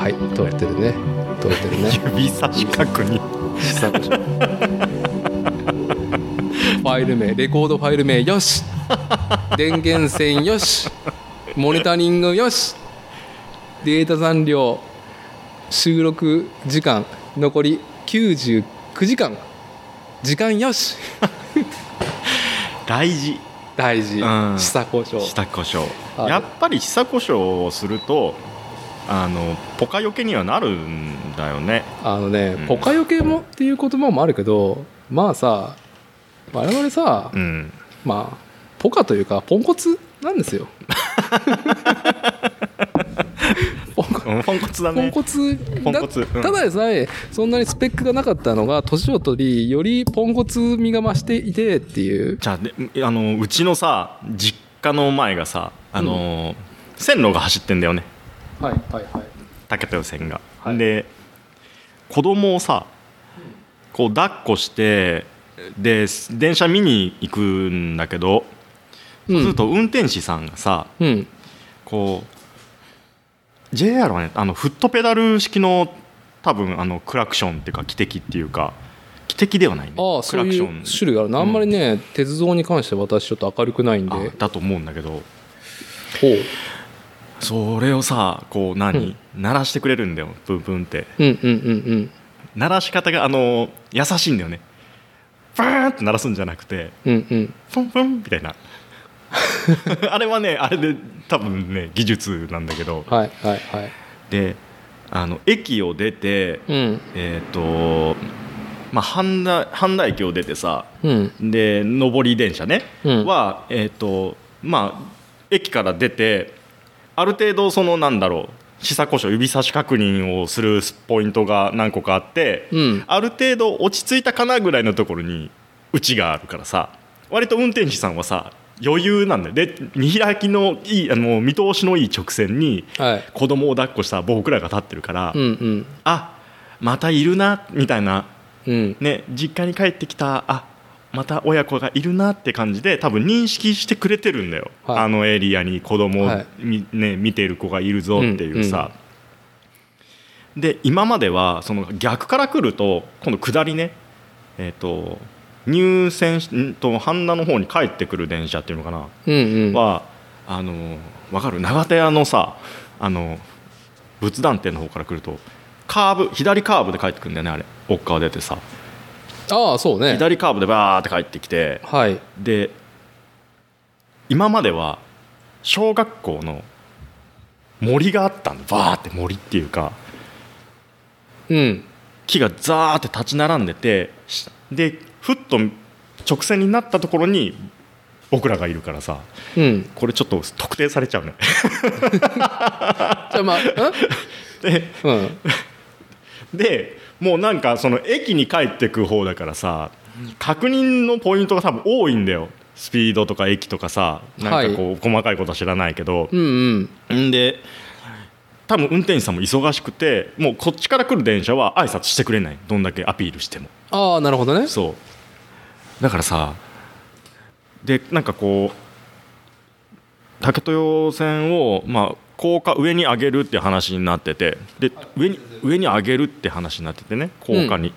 はい、取れてるね。取れてるね。 指差し確認。 久子ファイル名、レコードファイル名よし、電源線よし、モニタリングよし、データ残量、収録時間残り99時間、時間よし。 大事。 大事。下故障。 下故障。やっぱり下故障をするとポカよけにはなるんだよね。 ポカよけもっていう言葉もあるけど、まあさ、我々さ、まあポカというかポンコツなんですよ。ポンコツだね。ポンコツ。ただでさえそんなにスペックがなかったのが年を取りよりポンコツ味が増していてっていう。 じゃあうちのさ実家の前がさ線路が走ってんだよね。 はいはいはい。 竹豊線が。で子供をさこう抱っこしてで電車見に行くんだけど、そうすると運転士さんがさ、こう JR はねフットペダル式の多分クラクションっていうか汽笛っていうか汽笛ではないね。 そういう種類があるの。あんまりね、鉄道に関しては私ちょっと明るくないんで。 だと思うんだけど、それをさこう鳴らしてくれるんだよ、プンプンって。鳴らし方が優しいんだよね。プーンって鳴らすんじゃなくて、プンプンみたいな。あれはね、あれで多分ね技術なんだけど、で駅を出て、半田駅を出てさ、で上り電車ね、は駅から出てある程度視差故障、指差し確認をするポイントが何個かあって、ある程度落ち着いたかなぐらいのところにうちがあるからさ、割と運転手さんはさ余裕なんだよ。で見開きのいい見通しのいい直線に子供を抱っこした僕らが立ってるから、あまたいるなみたいな、ね、実家に帰ってきたまた親子がいるなって感じで多分認識してくれてるんだよ、エリアに子供を見ている子がいるぞっていうさ。で今まではその逆から来ると今度下りね、入線と半田の方に帰ってくる電車っていうのかな、は分かる？長手屋のさ仏壇店の方から来ると左カーブで帰ってくるんだよね。あれ奥川出てさ、 そうね、 左カーブでバーって帰ってきて、で今までは小学校の森があったんだ。バーって森っていうか、木がザーって立ち並んでて、でふっと直線になったところに僕らがいるからさ、これちょっと特定されちゃうね。じゃでもうなんかその駅に帰ってく方だからさ、確認のポイントが多分多いんだよ。スピードとか駅とかさ、なんかこう細かいことは知らないけど、で多分運転手さんも忙しくて、もうこっちから来る電車は挨拶してくれない、どんだけアピールしても。 なるほどね。 そうだからさ、でなんかこう竹豊線を高架上に上げるって話になってて、で上に上げるって話になっててね、高架に、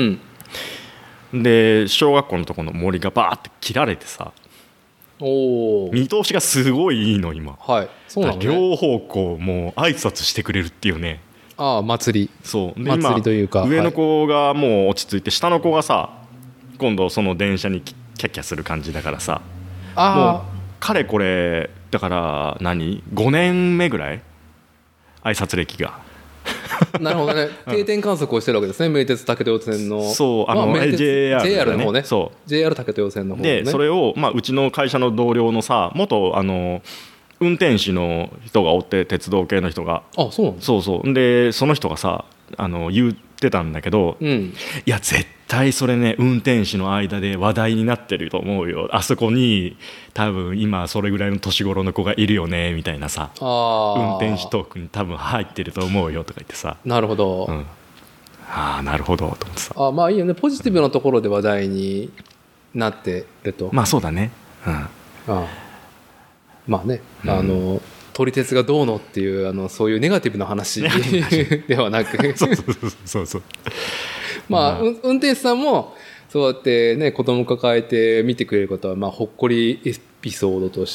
で小学校のところの森がバーって切られてさ、見通しがすごいいいの今。そうなのね。両方向もう挨拶してくれるっていうね。 祭り。 そうで祭りというか、 上の子がもう落ち着いて、下の子がさ今度その電車にキャッキャする感じだからさ、もうかれこれだから5年目ぐらい挨拶歴が。 なるほどね。定点観測をしてるわけですね、名鉄竹豊線の。JR の方ね。JR 竹豊線の方ね。 でそれをうちの会社の同僚のさ、元運転士の人がおって、鉄道系の人が。そうでその人がさ言ってたんだけど、いや絶対それね運転士の間で話題になってると思うよ、あそこに多分今それぐらいの年頃の子がいるよねみたいなさ、運転士トークに多分入ってると思うよとか言ってさ。 なるほど、 なるほどと思ってさ。 いいよね、ポジティブなところで話題になってると。 そうだね。 まあね、 撮り鉄がどうのっていうそういうネガティブな話ではなくそうまあ、運転手さんもそうやってね子供抱えて見てくれることは、まあ、ほっこりエピソードとして、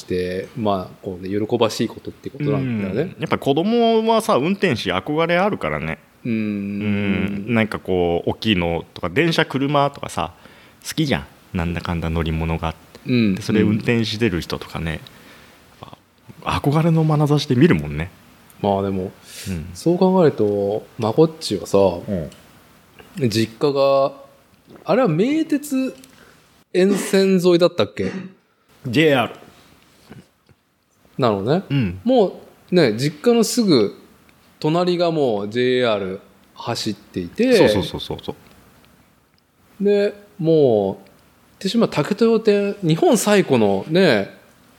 まあこうね、喜ばしいことっていうことなんだよね。 やっぱ子供はさ運転手憧れあるからね。なんかこう大きいのとか電車車とかさ好きじゃん、なんだかんだ乗り物が、でそれ運転してる人とかね、憧れの眼差しで見るもんね。 まあでも、そう考えるとまこっちはさ、実家があれは名鉄沿線沿いだったっけ？ JR なのね、もうね実家のすぐ隣がもう JR 走っていて、そうでもう手島竹豊店日本最古のね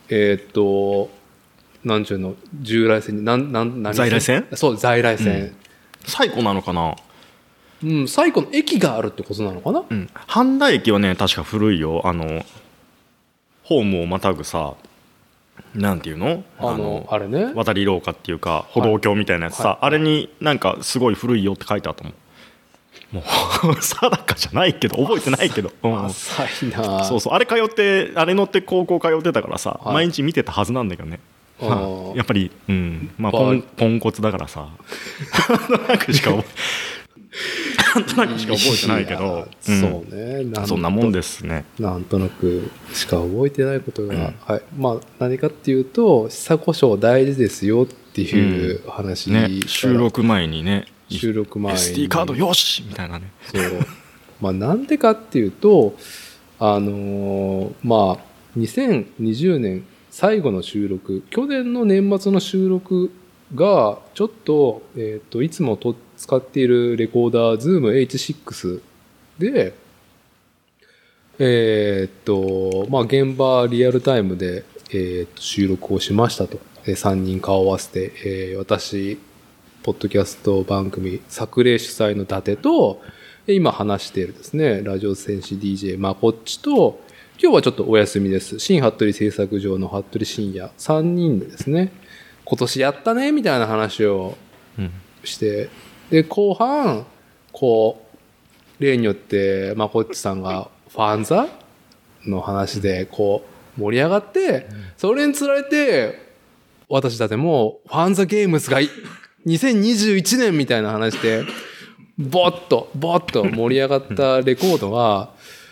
なんちゅうの従来線に何在来線？ そう在来線、 最古なのかな。 最古の駅があるってことなのかな。 半田駅はね確か古いよ。ホームをまたぐさなんていうのあれね渡り廊下っていうか歩道橋みたいなやつさ、あれになんかすごい古いよって書いてあったもん。もう定かじゃないけど覚えてないけど浅いな。 そうあれ乗って高校通ってたからさ、毎日見てたはずなんだけどね。やっぱりまあポンコツだからさなんとなくしか覚えてないけど、 そうね、 そんなもんですね。 なんとなくしか覚えてないことが、まあ何かっていうと視故障大事ですよっていう話、 収録前にねSD カードよしみたいなね。 そうまあなんでかっていうとまあ2020年最後の収録、去年の年末の収録がちょっと、いつも使っているレコーダー Zoom H6 でまあ現場リアルタイムで、収録をしましたと、3人顔を合わせて、私ポッドキャスト番組作例主催の伊達と今話しているですねラジオ戦士 DJ まこっちと、今日はちょっとお休みです。新服部製作所の服部深夜3人でですね、今年やったねみたいな話をして、で後半こう例によってまこっちさんがファンザの話でこう盛り上がって、それにつられて私だってもうファンザゲームズが2021年みたいな話でボッと盛り上がったレコードが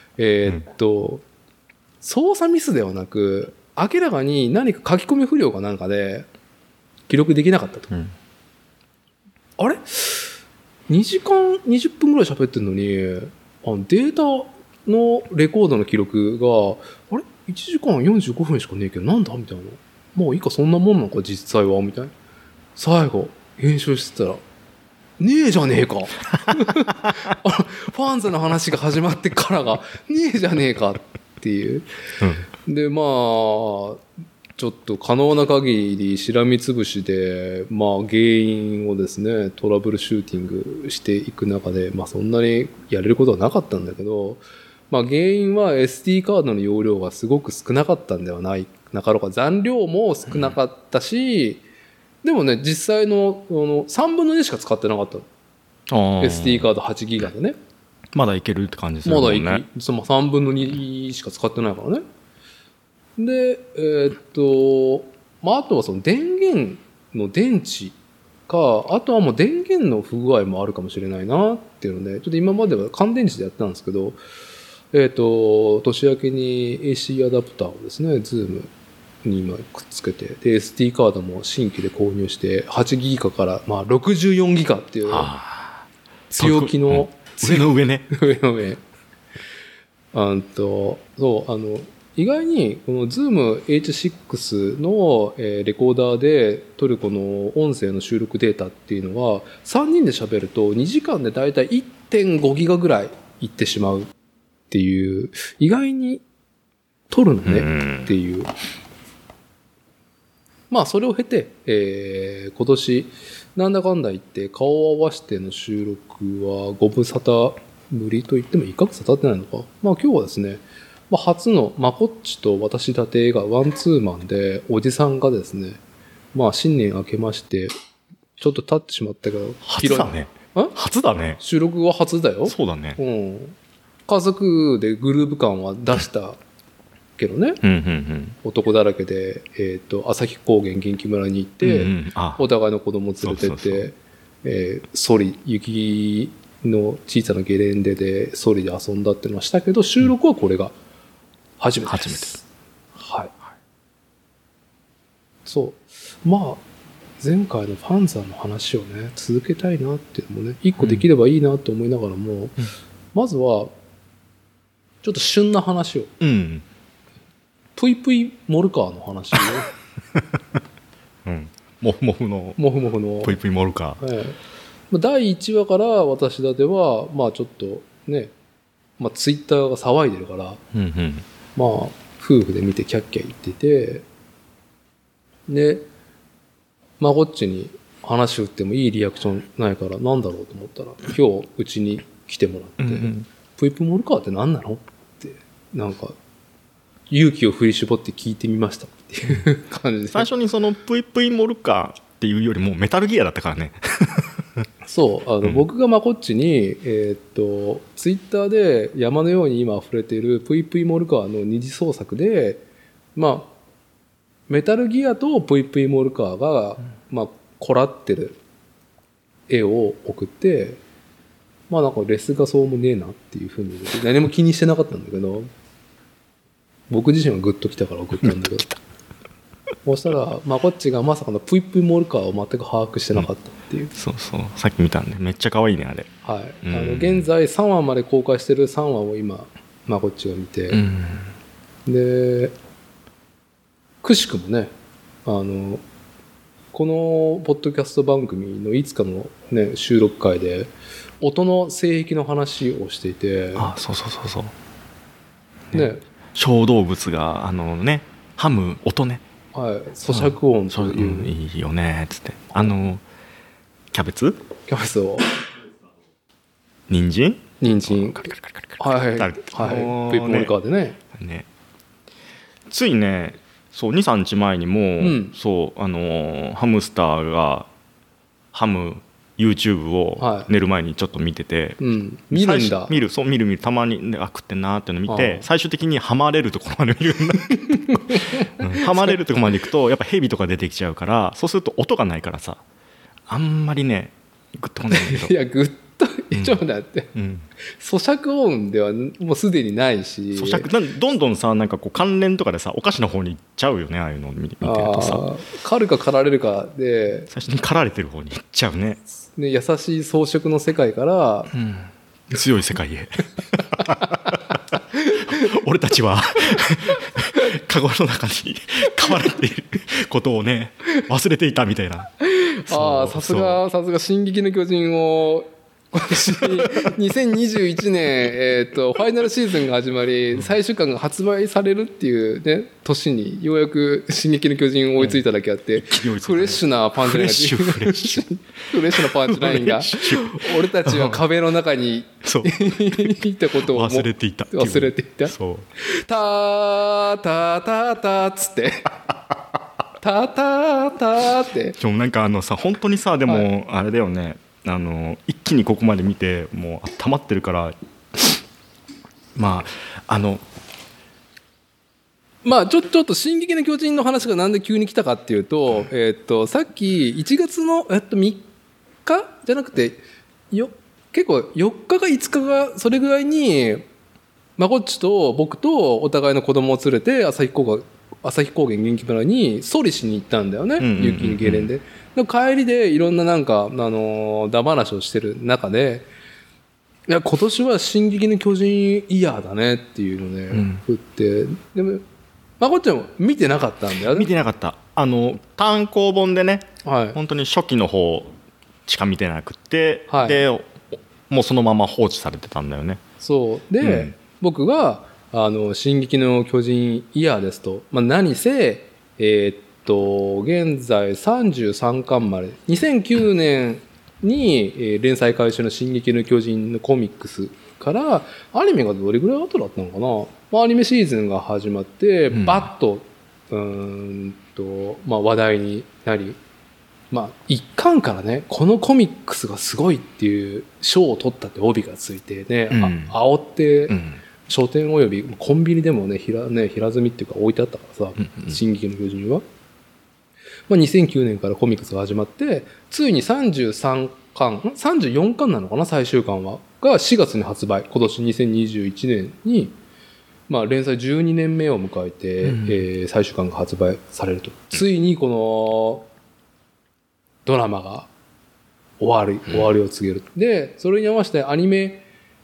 操作ミスではなく明らかに何か書き込み不良かなんかで記録できなかったと、あれ2時間20分ぐらい喋ってるのにデータのレコードの記録があれ1時間45分しかねえけどなんだみたいな、もういいかそんなもんなんか実際はみたいな、最後編集してたらねえじゃねえかファンザの話が始まってからがねえじゃねえかっていう、でまあちょっと可能な限りしらみつぶしで、まあ、原因をですねトラブルシューティングしていく中で、まあ、そんなにやれることはなかったんだけど、まあ、原因は SD カードの容量がすごく少なかったんではないなかろうか。残量も少なかったし、でもね実際の3分の2しか使ってなかったの。 SD カード8ギガでねまだいけるって感じするもんね。 まだその3分の2しか使ってないからね。でまあ、あとはその電源の電池か、あとはもう電源の不具合もあるかもしれないなっていうので、ちょっと今までは乾電池でやってたんですけど、年明けに AC アダプターをですね、Zoom に今くっつけて、で SD カードも新規で購入して8ギガからまあ64ギガっていう強気の上の上ね上の上そう意外にこの Zoom H6 のレコーダーで撮るこの音声の収録データっていうのは3人で喋ると2時間でだいたい 1.5 ギガぐらいいってしまうっていう、意外に撮るのねっていう。まあそれを経て、今年なんだかんだ言って顔を合わせての収録はご無沙汰ぶりと言っても1ヶ月経ってないのか。まあ今日はですね、初のまこっちと私だてがワンツーマンでおじさんがですね、 まあ新年明けましてちょっと経ってしまったけど、 初だね。初だね。 収録は初だよ。 そうだね。 うん。家族でグルーヴ感は出したけどね。男だらけで、旭高原元気村に行って、お互いの子供連れてって、ソリ、雪の小さなゲレンデでソリで遊んだっていうのはしたけど、収録はこれが初めてです。はい。そう。まあ、前回のファンザの話をね、続けたいなっていうのもね、一個できればいいなと思いながらも、まずは、ちょっと旬な話を。ぷいぷいモルカーの話を。 モフモフの。ぷいぷいモルカー。 第1話から私だては、まあちょっとね、まあツイッターが騒いでるから、まあ夫婦で見てキャッキャ言ってて、で、まこっちに話振ってもいいリアクションないからなんだろうと思ったら、今日うちに来てもらって、ぷいぷいモルカーって何なのってなんか勇気を振り絞って聞いてみましたっていう感じで、 最初にそのぷいぷいモルカーっていうよりもメタルギアだったからね。 そう僕がまこっちにツイッターで山のように今溢れているぷいぷいモルカーの二次創作で、まあメタルギアとぷいぷいモルカーが、まあこらってる絵を送って、まあなんかレス画像もねえなっていうふうに何も気にしてなかったんだけど、僕自身はグッときたから送ったんだけど、そしたらまこっちがまさかのぷいぷいモルカーを全く把握してなかったっていう、 そうさっき見たんでめっちゃ可愛いねあれ。 はい、現在3話まで公開してる3話を今まこっちが見て、でくしくもねこのポッドキャスト番組のいつかの、ね、収録会で音の性癖の話をしていて、 そうね、小動物がハム音ね、 はい、咀嚼音という、 いいよねっつって、キャベツを人参はいぷいぷいモルカーでねついねそう 2,3 日前にも、そうハムスターがハム YouTube を寝る前にちょっと見てて、 見るんだ。 見るたまに食ってんなーっていうのを見て、最終的にハマれるところまで見るんだ。ハマれるところまで行くとやっぱヘビとか出てきちゃうから、そうすると音がないからさ、あんまりねグッとこないんだけど。 いやグッとちょっと待って、咀嚼音ではもうすでにないし、 どんどんさなんかこう関連とかでさお菓子の方に行っちゃうよね、ああいうのを見てるとさ、 狩るか狩られるかで最初に狩られてる方に行っちゃうね。 優しい装飾の世界から、 強い世界へ俺たちはカゴの中に飼われていることをね忘れていたみたいな。 さすが進撃の巨人を今年2021年、ファイナルシーズンが始まり最終巻が発売されるっていうね年にようやく進撃の巨人を追いついただけあって、フレッシュなパンチラインがフレッシュなパンチラインが俺たちは壁の中にいたことを忘れていたそうターターターターっつってターターターってなんかさ本当にさでもあれだよね、一気にここまで見てもう溜まってるからまあちょっと進撃の巨人の話がなんで急に来たかっていうと、さっき1月の3日じゃなくて結構4日か5日がそれぐらいにまこっちと僕とお互いの子供を連れて旭高原元気村にソリしに行ったんだよね、雪にゲレンで。帰りでいろんななんかだ話をしてる中で、いや今年は進撃の巨人イヤーだねっていうのね、振ってでもまこっちゃんも見てなかったんだよね。 見てなかった。単行本でね、本当に初期の方しか見てなくて、でもうそのまま放置されてたんだよね。 そうで、僕が進撃の巨人イヤーですと、何せ現在33巻まで2009年に連載開始の進撃の巨人のコミックスからアニメがどれぐらい後だったのかな、アニメシーズンが始まってバッと話題になり、一巻からねこのコミックスがすごいっていう賞を取ったって帯がついてね、煽って書店およびコンビニでもね平積みっていうか置いてあったからさ、進撃の巨人は。2009年からコミックスが始まって、ついに34巻なのかな、最終巻はが4月に発売。今年2021年に、連載12年目を迎えて、最終巻が発売されると。ついにこのドラマが終わりを告げる。で、それに合わせてアニメ、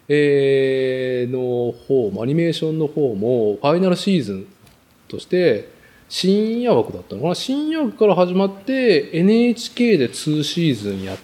の方も、アニメーションの方もファイナルシーズンとして深夜枠だったのかな、深夜枠から始まって NHK で2シーズンやって、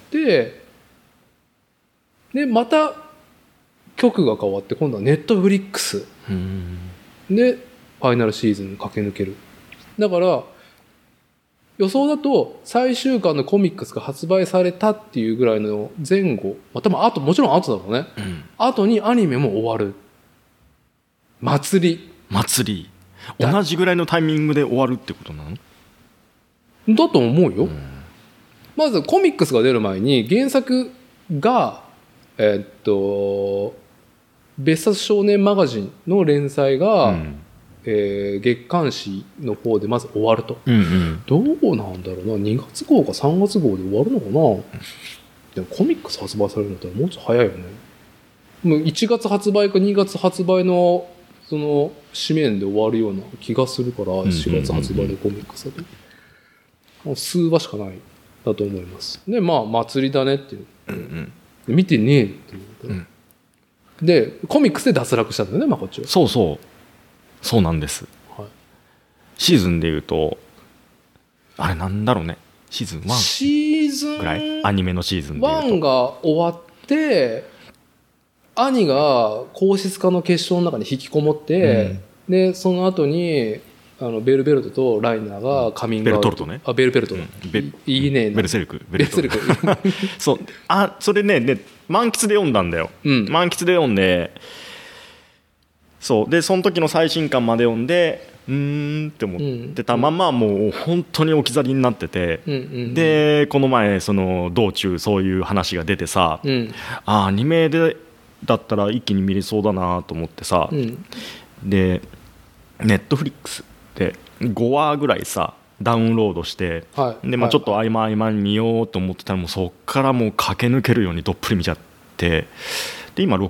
でまた局が変わって今度はネットフリックスでファイナルシーズン駆け抜ける。だから予想だと最終巻のコミックスが発売されたっていうぐらいの前後、多分あともちろん後だろうね、後にアニメも終わる。祭り同じぐらいのタイミングで終わるってことなのだと思うよ。まずコミックスが出る前に原作が別冊少年マガジンの連載が、月刊誌の方でまず終わると、どうなんだろうな、2月号か3月号で終わるのかな、でもコミックス発売されるんだったらもうちょっと早いよね。もう1月発売か2月発売のその紙面で終わるような気がするから、4月発売でコミックスだと数話しかないだと思います。で祭りだねっていう、見てねえっていう、でコミックスで脱落したんだよね、こっちは。 そうなんです、シーズンでいうとあれなんだろうね、シーズン1ぐらい、アニメのシーズンでいうと 1が終わって、兄が皇室化の結晶の中に引きこもって、でその後にベルベルトとライナーがカミングアウト、ベルベルト、いいね、 ベルセルクそうそれね満喫で読んだんだよ、満喫で読んで、そうでその時の最新刊まで読んでって思ってたまま、もう本当に置き去りになってて、でこの前その道中そういう話が出てさ、アニメだったら一気に見れそうだなと思ってさ、でネットフリックスで5話ぐらいさダウンロードして、でちょっと合間に見ようと思ってたら、もうそっからもう駆け抜けるようにどっぷり見ちゃって、で今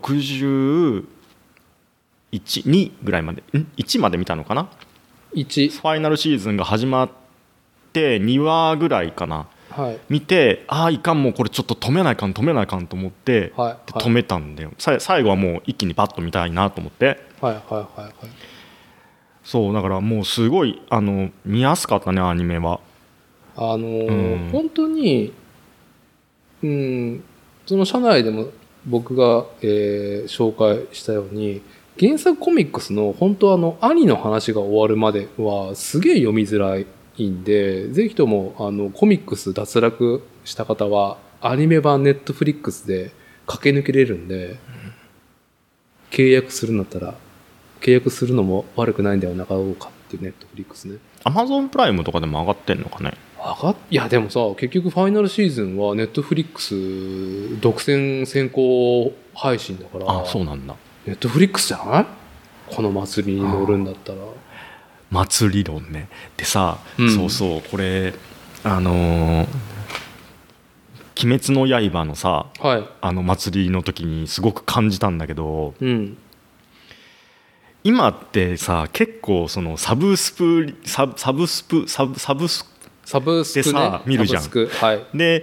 61、2ぐらいまで1まで見たのかな、1ファイナルシーズンが始まって2話ぐらいかな、見て、いかん、もうこれちょっと止めないかんと思って、止めたんだよ。最後はもう一気にパッと見たいなと思って、そうだからもうすごい見やすかったね、アニメは。本当にその社内でも僕が、紹介したように、原作コミックスの本当兄の話が終わるまではすげえ読みづらいんで、ぜひともコミックス脱落した方はアニメ版ネットフリックスで駆け抜けれるんで、契約するんだったら契約するのも悪くないんではなかろうかっていうネットフリックスね。 アマゾンプライムとかでも上がってんのかね。 いやでもさ、結局ファイナルシーズンはネットフリックス独占先行配信だから。 そうなんだ。 ネットフリックスじゃない？この祭りに乗るんだったら。 祭り論ね。でさ、そうこれ鬼滅の刃のさ、祭りの時にすごく感じたんだけど、今ってさ結構そのサブスクでさ見るじゃん。で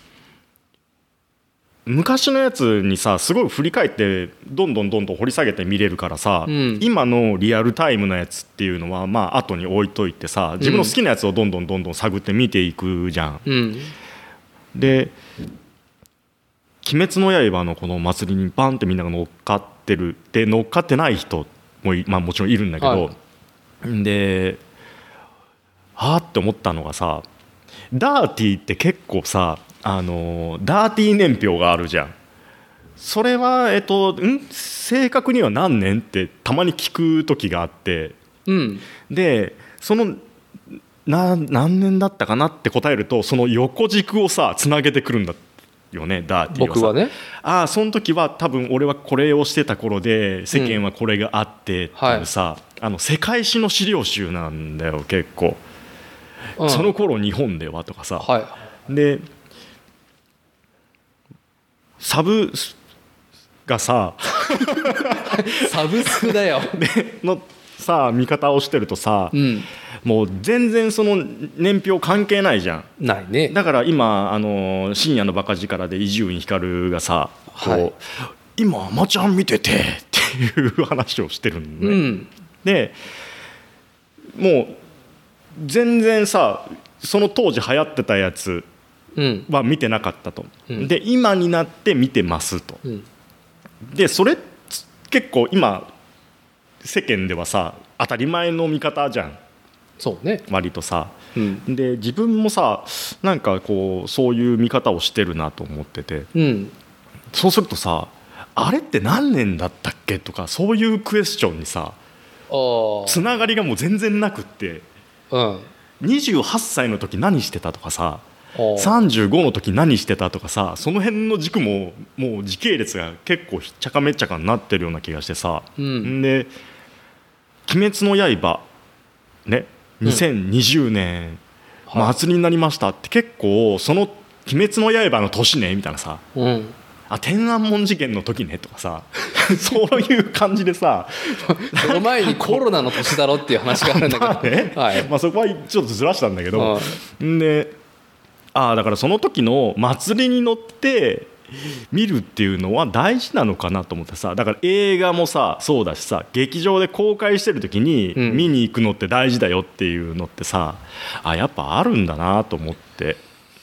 昔のやつにさすごい振り返ってどんどん掘り下げて見れるからさ、今のリアルタイムのやつっていうのは後に置いといてさ、自分の好きなやつをどんどん探って見ていくじゃん。で鬼滅の刃のこの祭りにバンってみんなが乗っかってるで、乗っかってない人ももちろんいるんだけど、でって思ったのがさ、ダーティーって結構さダーティー年表があるじゃん。それは正確には何年ってたまに聞く時があって、でその何年だったかなって答えるとその横軸をさつなげてくるんだよね、ダーティーはさ。 僕はね、 その時は多分俺はこれをしてた頃で世間はこれがあってっていうさ、世界史の資料集なんだよ結構、その頃日本ではとかさ、でサブがさサブスクだよのさ見方をしてるとさ、もう全然その年表関係ないじゃん。 ないね。 だから今深夜のバカ力で伊集院光がさこう、今アマちゃん見ててっていう話をしてるのね、でもう全然さその当時流行ってたやつは見てなかったと、で今になって見てますと、でそれ結構今世間ではさ当たり前の見方じゃん。 そうね、 割とさ、で自分もさなんかこうそういう見方をしてるなと思ってて、そうするとさあれって何年だったっけとかそういうクエスチョンにさつながりがもう全然なくって、28歳の時何してたとかさ35の時何してたとかさ、その辺の軸ももう時系列が結構ひっちゃかめっちゃかになってるような気がしてさ、で「鬼滅の刃」ね2020年末になりましたって結構その「鬼滅の刃」の年ねみたいなさ、天安門事件の時ねとかさそういう感じでさその前にコロナの年だろっていう話があるんだけど、 そこはちょっとずらしたんだけど、でだからその時の祭りに乗って見るっていうのは大事なのかなと思ってさ、だから映画もさそうだしさ劇場で公開してる時に見に行くのって大事だよっていうのってさ、やっぱあるんだなと思って、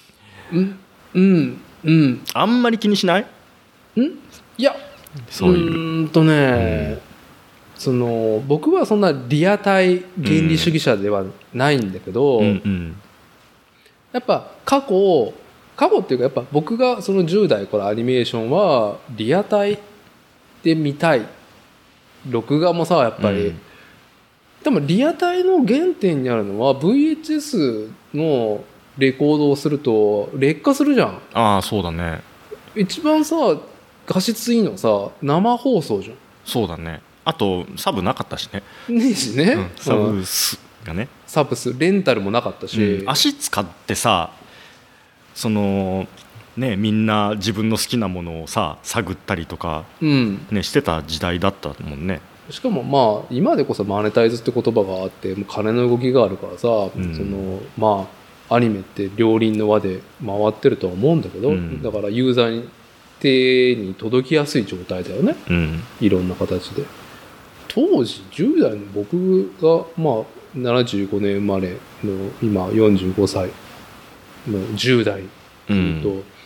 あんまり気にしない？ いやそういうその僕はそんなリアタイ原理主義者ではないんだけど、やっぱ過去っていうかやっぱ僕がその10代からアニメーションはリアタイで見たい、録画もさやっぱり、でもリアタイの原点にあるのは VHS のレコードをすると劣化するじゃん。 そうだね。 一番さ画質いいのさ生放送じゃん。 そうだね。あとサブなかったしね。 ねえしね、 サブスがね、 サブスレンタルもなかったし、 足使ってさそのねみんな自分の好きなものをさ探ったりとか、してた時代だったもんね。 しかも今でこそマネタイズって言葉があってもう金の動きがあるからさ、そのアニメって両輪の輪で回ってるとは思うんだけど、だからユーザーに手に届きやすい状態だよね、いろんな形で。当時10代の僕が75年生まれの今45歳の10代という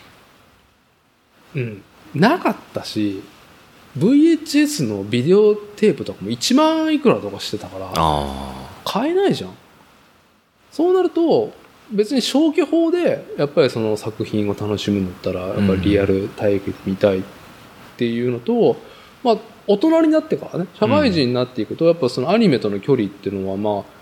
と、なかったし VHS のビデオテープとかも1万いくらとかしてたから買えないじゃん。そうなると別に消去法でやっぱりその作品を楽しむんだったらやっぱりリアル体験で見たいっていうのと、大人になってからね社会人になっていくとやっぱそのアニメとの距離っていうのは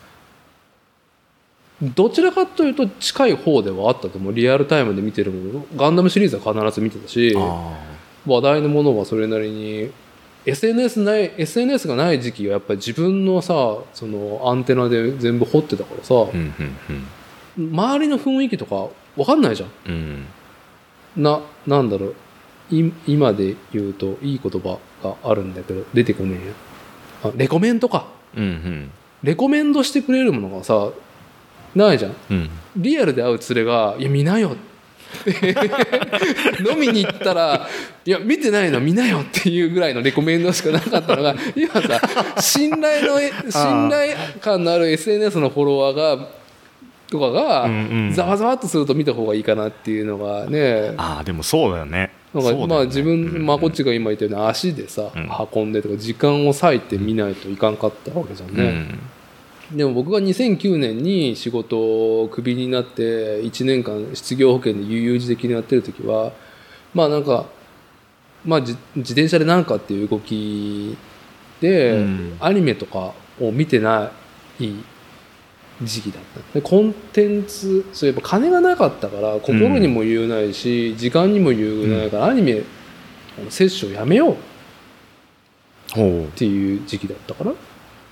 どちらかというと近い方ではあったと思う。リアルタイムで見てるもの、ガンダムシリーズは必ず見てたし、話題のものはそれなりに SNS がない時期はやっぱり自分のさそのアンテナで全部掘ってたからさ、周りの雰囲気とか分かんないじゃん、なんだろう今で言うといい言葉があるんだけど出てこねえよ。レコメントか、レコメンドしてくれるものがさないじゃん、リアルで会う連れがいや見なよって飲みに行ったらいや見てないの見なよっていうぐらいのレコメンドしかなかったのが今さ信頼感のある SNS のフォロワーがとかがざわざわっとすると見た方がいいかなっていうのがね。 でもそうだよね。 なんか自分こっちが今言ったように足でさ運んでとか時間を割いて見ないといかんかったわけじゃんね、でも僕が2009年に仕事をクビになって1年間失業保険で悠々自適にやってる時はなんか自転車でなんかっていう動きで、アニメとかを見てない時期だったで、コンテンツ、そういえば金がなかったから心にも余裕ないし、時間にも余裕ないから、アニメ摂取をやめようっていう時期だったから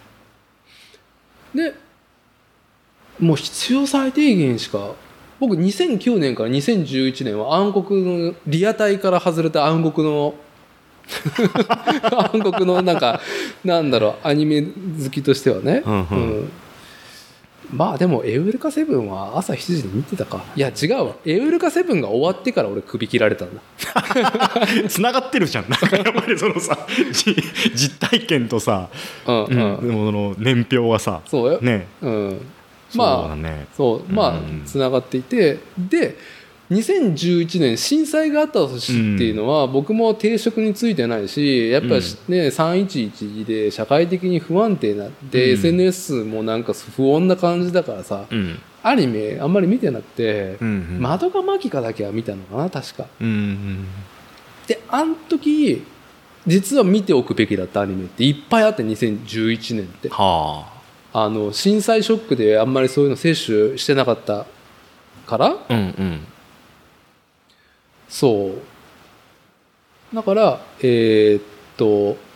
で、もう必要最低限しか、僕2009年から2011年は暗黒のリアタイから外れた暗黒の暗黒のなんだろう、アニメ好きとしてはね、まあでもエウレカセブンは朝7時で見てたか。いや違うわ、エウレカセブンが終わってから俺首切られたんだ。 繋がってるじゃん。なんかやっぱりそのさ実体験とさ、でもその年表はさ、 そうよね、 まあそうまあ繋がっていて、で2011年震災があった年っていうのは、僕も定職についてないし、やっぱりね、311で社会的に不安定になって、SNS もなんか不穏な感じだからさ、アニメあんまり見てなくて、窓がマギカだけは見たのかな確か。であん時実は見ておくべきだったアニメっていっぱいあって、2011年って、震災ショックであんまりそういうの摂取してなかったから、そうだからちょっ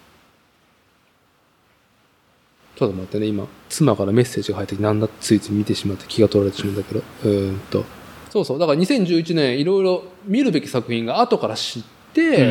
と待ってね、今妻からメッセージが入ってきて、なんだついつい見てしまって気が取られてしまうんだけど、そうだから2011年いろいろ見るべき作品が後から知って、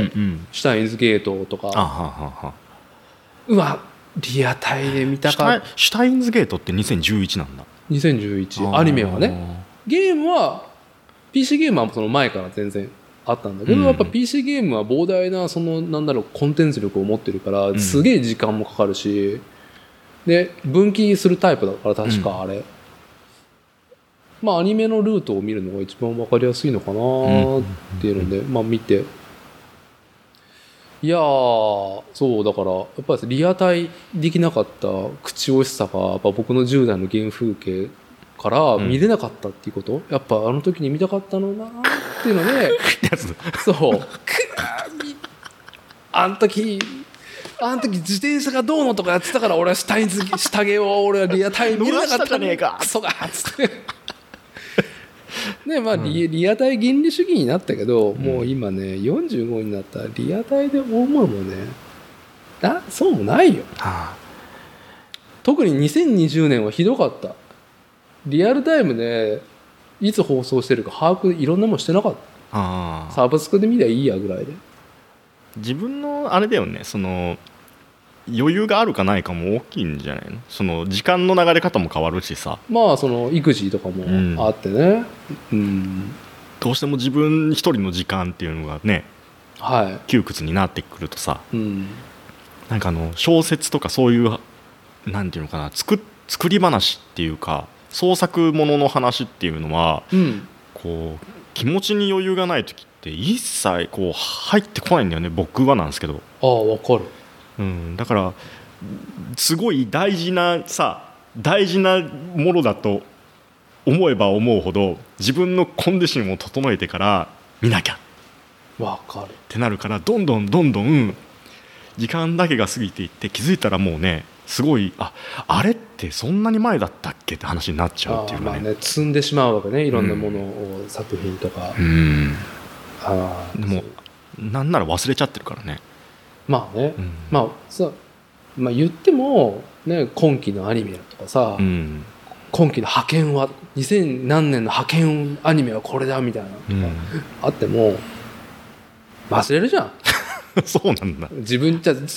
シュタインズゲートとか、うわリアタイで見たかった。 シュタインズゲートって2011なんだ。 2011アニメはね。ゲームは PC ゲームはその前から全然あったんだけど、やっぱ PC ゲームは膨大なそのなんだろうコンテンツ力を持ってるからすげえ時間もかかるし、で分岐するタイプだから確かあれ、まあアニメのルートを見るのが一番分かりやすいのかなっていうので、まあ見て、いやそうだからやっぱりリアタイできなかった口惜しさがやっぱ僕の10代の原風景から見れなかったっていうこと、やっぱあの時に見たかったのなっていうのでそうあの時自転車がどうのとかやってたから、俺は下着を俺はリアタイ見れなかったねえかクソがっつってね、まあリアタイ原理主義になったけど、もう今ね45になったらリアタイで思うもんね、そうもないよ、特に2020年はひどかった。リアルタイムでいつ放送してるか把握いろんなもんしてなかった。サブスクで見りゃいいやぐらいで。 自分のあれだよね、その余裕があるかないかも大きいんじゃないの。その時間の流れ方も変わるしさ、 まあその育児とかもあってね、 どうしても自分一人の時間っていうのがね、窮屈になってくるとさ、なんか小説とかそういうなんていうのかな、作り話っていうか創作ものの話っていうのは、こう気持ちに余裕がない時って一切こう入ってこないんだよね、僕はなんですけど。 わかる。 だからすごい大事なものだと思えば思うほど自分のコンディションを整えてから見なきゃってなるから、どんどん時間だけが過ぎていって、気づいたらもうね、すごいあれってそんなに前だったっけって話になっちゃうっていうかね、 積んでしまうわけね、いろんなものを、作品とか。 でもなんなら忘れちゃってるからね。 まあね、まあ言ってもね、今期のアニメとかさ、今期の派遣は2000何年の派遣アニメはこれだみたいなのがあっても忘れるじゃん。 そうなんだ。 自分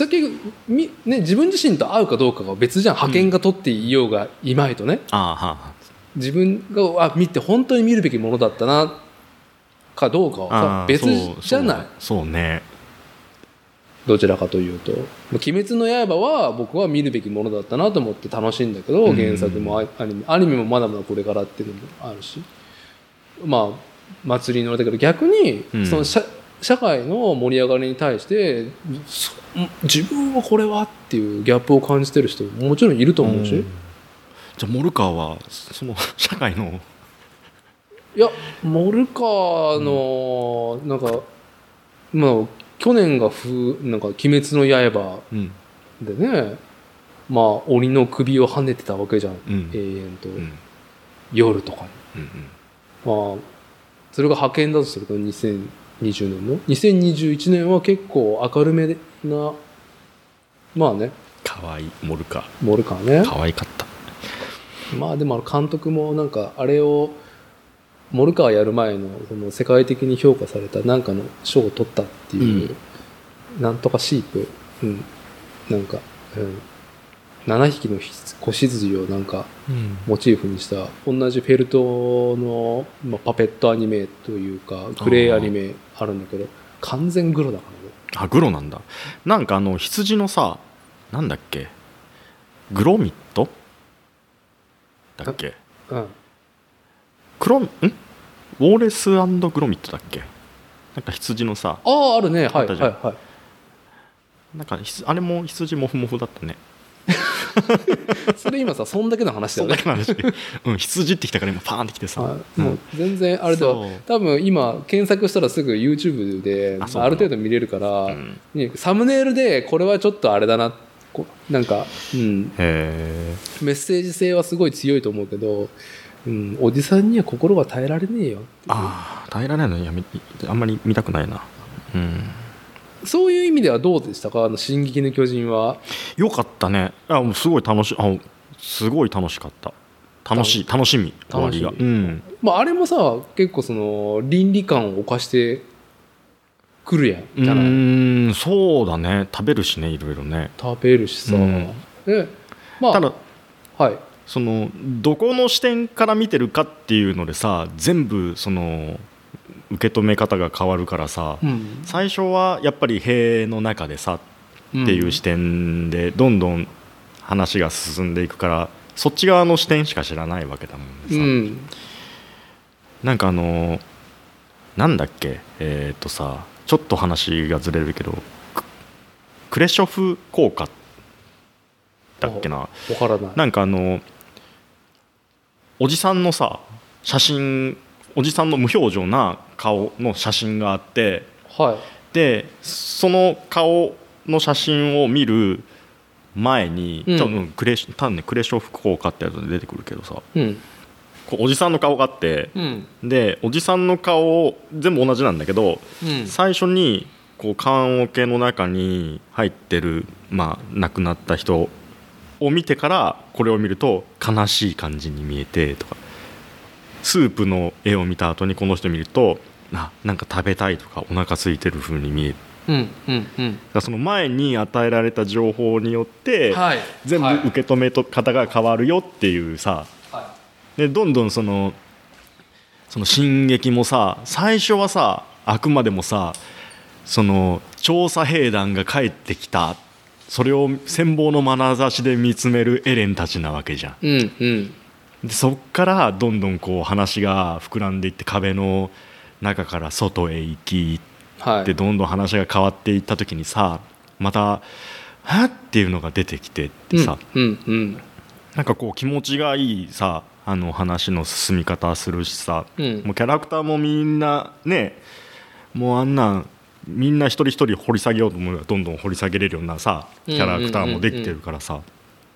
自身と合うかどうかが別じゃん。派遣が取っていようがいまいとね、自分が見て本当に見るべきものだったなかどうかはさ別じゃない。 そうね。 どちらかというと「鬼滅の刃」は僕は見るべきものだったなと思って楽しいんだけど、原作もアニメもまだまだこれからっていうのもあるし、まあ祭りのだけど、逆にその社会の盛り上がりに対して自分はこれはっていうギャップを感じてる人ももちろんいると思うし、 じゃあモルカーはその社会のいやモルカーのなんかまあ去年がなんか鬼滅の刃でね、 まあ鬼の首を跳ねてたわけじゃん、永遠と、夜とかに、まあそれが派遣だとすると2020年の2021年は結構明るめな、まあね、 かわいいモルカーね、 かわいかった。 まあでも監督もなんかあれをモルカーやる前のその世界的に評価されたなんかの賞を取ったっていう、なんとかシープ、なんか、7匹の子羊をなんかモチーフにした同じフェルトの、まあ、パペットアニメというかクレイアニメあるんだけど、完全グロだからね。 グロなんだ。なんか羊のさ、なんだっけ、グロミットだっけ、ウォーレス&グロミットだっけ、なんか羊のさ、 あるね、はいはいはい、 なんかあれも羊モフモフだったね。 それ今さ、そんだけの話だよね。 そんだけの話、羊ってきたから今パーンってきてさ、 もう全然あれだよ。多分今検索したらすぐ YouTube である程度見れるから、サムネイルでこれはちょっとあれだな、なんか、メッセージ性はすごい強いと思うけど、おじさんには心が耐えられねえよ。 耐えられないの、あんまり見たくないな。 そういう意味ではどうでしたか、進撃の巨人は。 よかったね。もうすごい楽しかった。楽しみ終わりが。 まああれもさ、結構その倫理観を犯してくるやんじゃない。 そうだね。食べるしね、いろいろね。 食べるしさ。まあただ、 はい。 そのどこの視点から見てるかっていうのでさ、全部その受け止め方が変わるからさ、最初はやっぱり塀の中でさっていう視点でどんどん話が進んでいくから、そっち側の視点しか知らないわけだもんね、なんかなんだっけ、さ、ちょっと話がずれるけど、クレショフ効果だっけな、 分からない。 なんかおじさんのさ写真、おじさんの無表情な顔の写真があって、でその顔の写真を見る前に、クレショフ効果ってやつで出てくるけどさ、こうおじさんの顔があって、でおじさんの顔全部同じなんだけど、最初にこう棺桶の中に入ってる、まあ、亡くなった人を見てからこれを見ると悲しい感じに見えてとか、スープの絵を見た後にこの人見るとなんか食べたいとかお腹空いてる風に見える、その前に与えられた情報によって、全部受け止め方が変わるよっていうさ、でどんどんその進撃もさ、最初はさ、あくまでもさ、その調査兵団が帰ってきた、それを羨望の眼差しで見つめるエレンたちなわけじゃん、でそっからどんどんこう話が膨らんでいって、壁の中から外へ行き、でどんどん話が変わっていった時にさ、またはっていうのが出てきてってさ、なんかこう気持ちがいいさ、話の進み方するしさ、もうキャラクターもみんなね、もうあんなんみんな一人一人掘り下げようと思えばどんどん掘り下げれるようなさキャラクターもできてるからさ、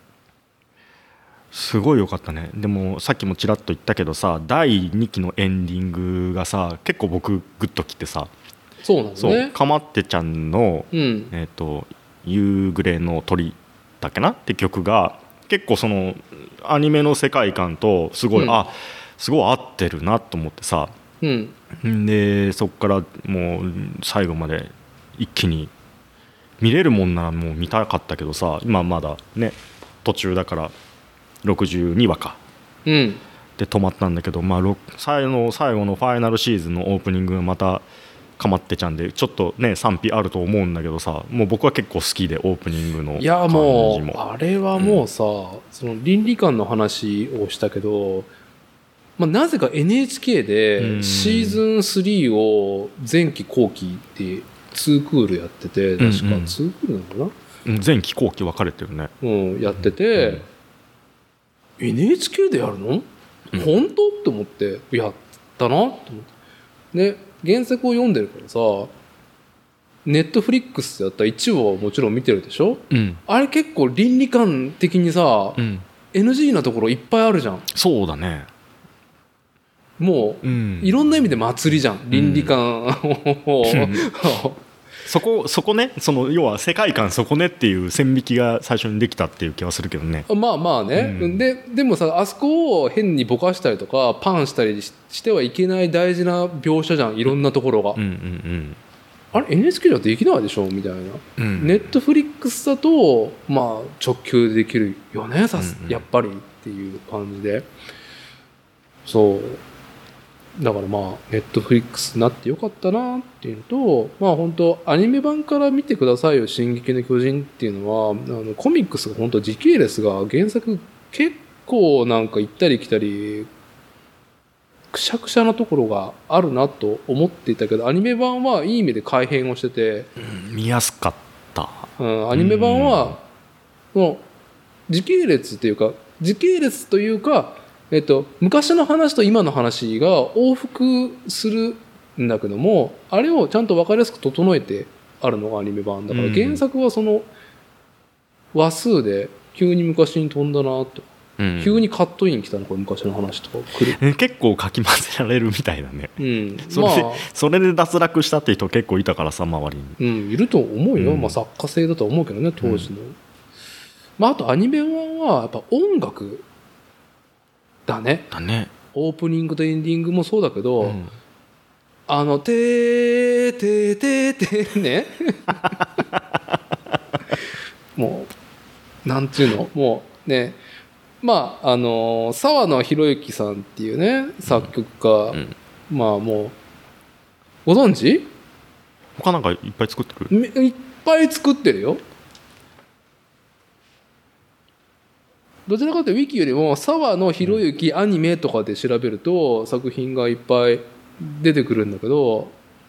すごい良かったね。でもさっきもちらっと言ったけどさ、第2期のエンディングがさ、結構僕グッときてさ、 そうなんですね。 かまってちゃんの、夕暮れの鳥だっけなって曲が結構そのアニメの世界観とすごい、すごい合ってるなと思ってさ、でそこからもう最後まで一気に見れるもんならもう見たかったけどさ、今まだね途中だから62話か、で止まったんだけど、最後のファイナルシーズンのオープニングがまたかまってちゃんでちょっとね賛否あると思うんだけどさ、もう僕は結構好きで、オープニングの感じも。 いやもうあれはもうさ、その倫理観の話をしたけど、なぜか NHK でシーズン3を前期後期で2クールやってて、確か2クールなのかな、 前期後期分かれてるね、 やってて、NHK でやるの、本当って思ってやったなと思って、で原作を読んでるからさ、 ネットフリックスだったら1話はもちろん見てるでしょ、 うん、 あれ結構倫理観的にさ、 うん、 NG なところいっぱいあるじゃん。 そうだね。 もう、いろんな意味で祭りじゃん、倫理観を、 そこね、その要は世界観そこねっていう線引きが最初にできたっていう気はするけどね。 まあまあね、でもさ、あそこを変にぼかしたりとかパンしたりしてはいけない大事な描写じゃん、いろんなところが。あれ NHK じゃできないでしょみたいな、ネットフリックスだとまあ直球でできるよね、やっぱりっていう感じで、そうだからまあネットフリックスになってよかったなっていうのと、まあ本当アニメ版から見てくださいよ、進撃の巨人っていうのは、コミックスが本当時系列が原作結構なんか行ったり来たりくしゃくしゃなところがあるなと思っていたけど、アニメ版はいい意味で改変をしてて、 見やすかった、 アニメ版はその時系列というか、昔の話と今の話が往復するんだけども、あれをちゃんと分かりやすく整えてあるのがアニメ版だから、原作はその話数で急に昔に飛んだなと、急にカットイン来たの、これ昔の話とか来る、 結構かき混ぜられるみたいだね、 まあ、 それで脱落したって人結構いたからさ、周りに、いると思うよ、まあ、作家性だとは思うけどね当時の、まあ、あとアニメ版はやっぱ音楽だね、オープニングとエンディングもそうだけど、てーてーてーてーねもうなんていうの、もうね、まあ沢野弘之さんっていうね作曲家、まあもうご存知？ 他なんかいっぱい作ってる？ いっぱい作ってるよ。どちらかというとウィキよりも沢野弘之アニメとかで調べると作品がいっぱい出てくるんだけど、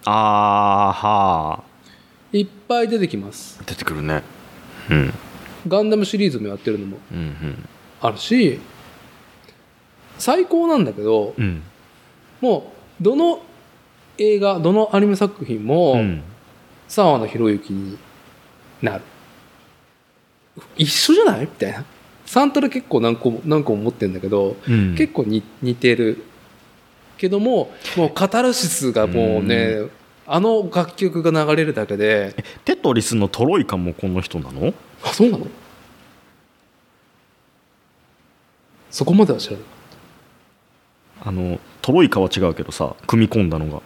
いっぱい出てきます。 出てくるね。 ガンダムシリーズもやってるのもあるし、最高なんだけど、もうどの映画どのアニメ作品も沢野弘之になる。一緒じゃないみたいな。サントラ結構何個も持ってるんだけど、結構似てるけども、もうカタルシスがもうね、あの楽曲が流れるだけで。 テトリスのトロイカもこの人なの？ あ、そうなの？そこまでは知らなかった。トロイカは違うけどさ、組み込んだのが。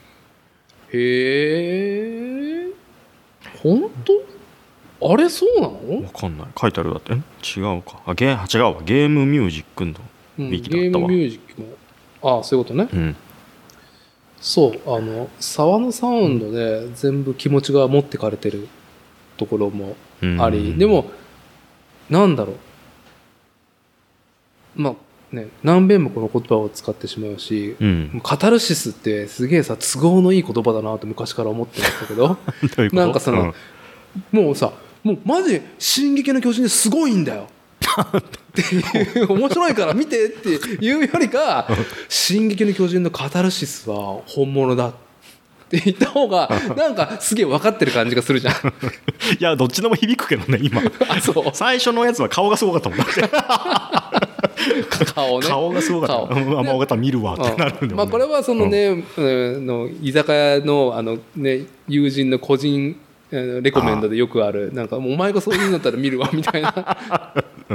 へえ、本当？あれそうなの？ 分かんない、書いてあるだって。違うか、違うわ、ゲームミュージックのウィキだったわ。 ゲームミュージックも、そういうことね、そう沢のサウンドで全部気持ちが持ってかれてるところもあり、でもなんだろう、まあね、何遍もこの言葉を使ってしまうし、カタルシスってすげえさ都合のいい言葉だなと昔から思ってましたけどなんかその、もうさ、もうマジ進撃の巨人すごいんだよっていう面白いから見てっていうよりか進撃の巨人のカタルシスは本物だって言った方がなんかすげえ分かってる感じがするじゃんいやどっちでも響くけどね今そう最初のやつは顔がすごかったもんだって顔がすごかった。分かった見るわってなるんで、 まあこれはそのね、の居酒屋のね友人の個人レコメンドでよくある、なんかもうお前がそういうんだったら見るわみたいな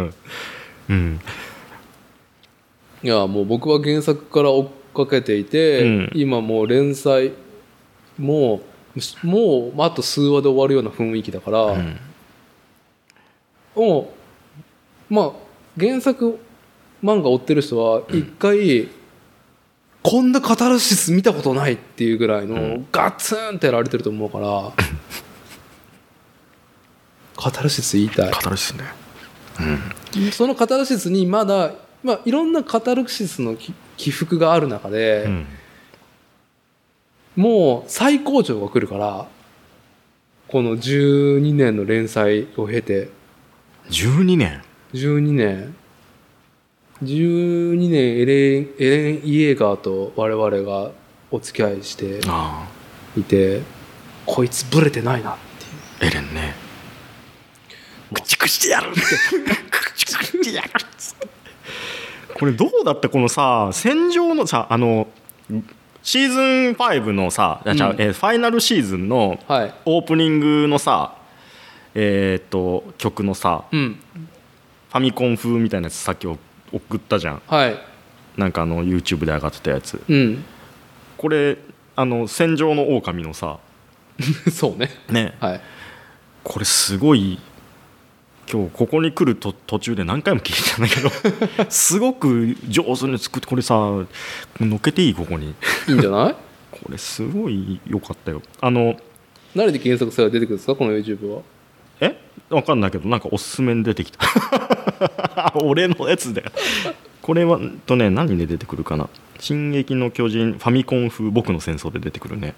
いやもう僕は原作から追っかけていて、今もう連載もうあと数話で終わるような雰囲気だから、もうまあ原作漫画追ってる人は一回、こんなカタルシス見たことないっていうぐらいのガツンってやられてると思うからカタルシス言いたい。 カタルシスね、 そのカタルシスにまだ、いろんなカタルシスの起伏がある中で、もう最高潮が来るから、この12年の連載を経て 12年エレン・イエーガーと我々がお付き合いしていて、 こいつブレてないなっていう。 エレンね駆逐してやるって駆逐してやるっつってこれどうだったこのさ戦場のさシーズン5のさ、ファイナルシーズンのオープニングのさ、曲のさ、ファミコン風みたいなやつさっき送ったじゃん、なんかYouTube で上がってたやつ、これ戦場の狼のさそうね、 これすごい今日ここに来る途中で何回も聞いたんだけどすごく上手に作ってこれさ乗っけていいここにいいんじゃないこれすごい良かったよ何で検索したら出てくるんですかこの YouTube は。 分かんないけどなんかおすすめに出てきた俺のやつだよこれは何で出てくるかな。進撃の巨人ファミコン風僕の戦争で出てくるね。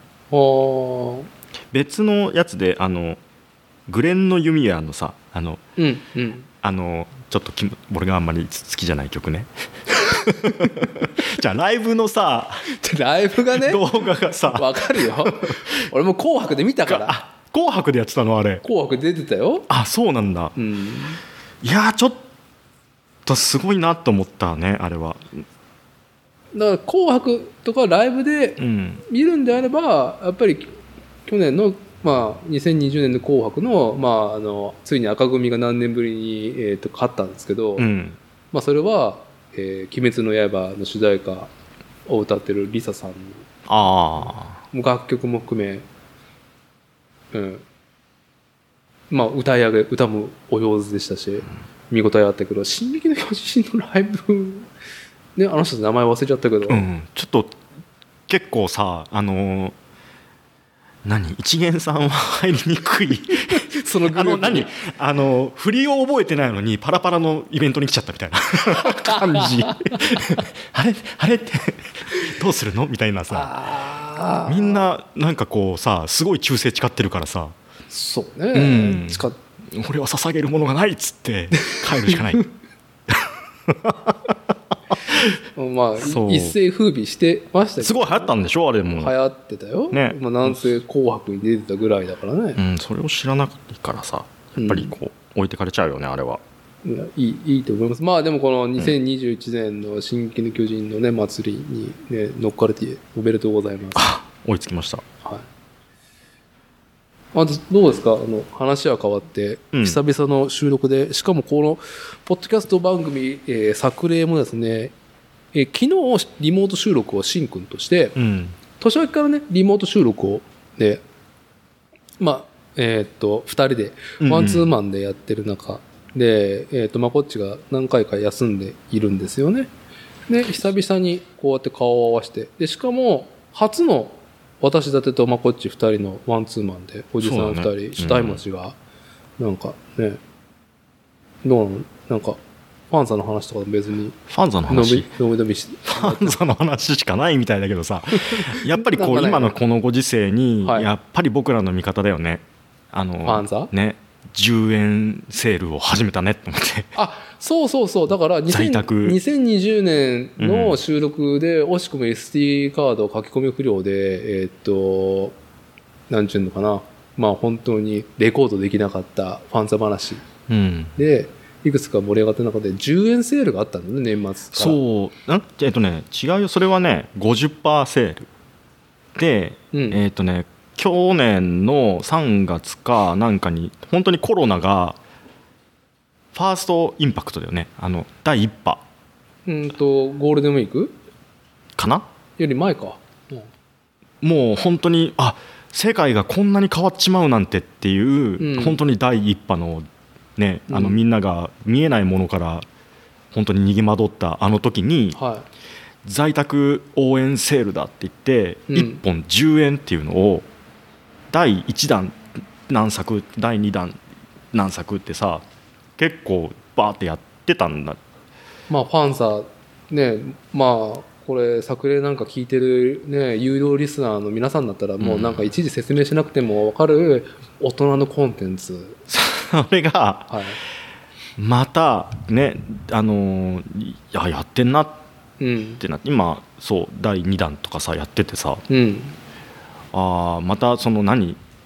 別のやつでグレンの弓矢のさちょっと俺があんまり好きじゃない曲ねじゃあライブのさライブがね動画がさ分かるよ俺も紅白で見たから紅白でやってたのあれ。 紅白で出てたよ。 そうなんだ、いやちょっとすごいなと思ったねあれは。 だから紅白とかライブで見るんであれば、やっぱり去年の2020年の紅白の、ついに赤組が何年ぶりに、勝ったんですけど、それは、鬼滅の刃の主題歌を歌ってるリサさんの楽曲も含め、歌もお上手でしたし、見応えあったけど、進撃の巨人のライブね、あの人名前忘れちゃったけど、 ちょっと結構さ一元さんは入りにくいそのグループ振りを覚えてないのにパラパラのイベントに来ちゃったみたいな感じあれってどうするのみたいなさ、みんななんかこうさすごい忠誠誓ってるからさ、 そうね、 俺は捧げるものがないっつって帰るしかない一世風靡してましたけど、 すごい流行ったんでしょあれも。 流行ってたよ、なんせ紅白に出てたぐらいだからね、 それを知らないからさやっぱりこう、置いてかれちゃうよねあれは。 いいと思います。でもこの2021年の進撃の巨人のね祭りに、乗っかれておめでとうございます。 追いつきました。 どうですか話は変わって、久々の収録で、しかもこのポッドキャスト番組、作例もですね、昨日リモート収録をしんくんとして、年明けからねリモート収録をで2人でワンツーマンでやってる中で、こっちが何回か休んでいるんですよね。で久々にこうやって顔を合わせて、でしかも初の私だてとこっち2人のワンツーマンでおじさん2人主体持ちがなんかね、どうなの、なんかファンザの話とか別にファンザの話ファンザの話しかないみたいだけどさやっぱりこう今のこのご時世にやっぱり僕らの味方だよね。 ファンザね、10円セールを始めたねって思って。 そうだから2020年の収録で惜しくも SD カード書き込み不良でなんちゅうのかな、本当にレコードできなかったファンザ話で、いくつか盛り上がってる中で10円セールがあったんだね、年末から。 違うよ、それはね 50% セールで、去年の3月かなんかに本当にコロナがファーストインパクトだよね、第1波ゴールデンウィークかなより前か、 もう本当に世界がこんなに変わっちまうなんてっていう、本当に第1波のね、みんなが見えないものから本当に逃げ惑った時に、在宅応援セールだって言って、1本10円っていうのを第1弾何作第2弾何作ってさ結構バーってやってたんだ。 ファンザね、これ作例なんか聞いてるね有料リスナーの皆さんだったらもうなんか一時説明しなくても分かる大人のコンテンツそれが、またねやってんなってなって、今そう第2弾とかさやっててさ、またその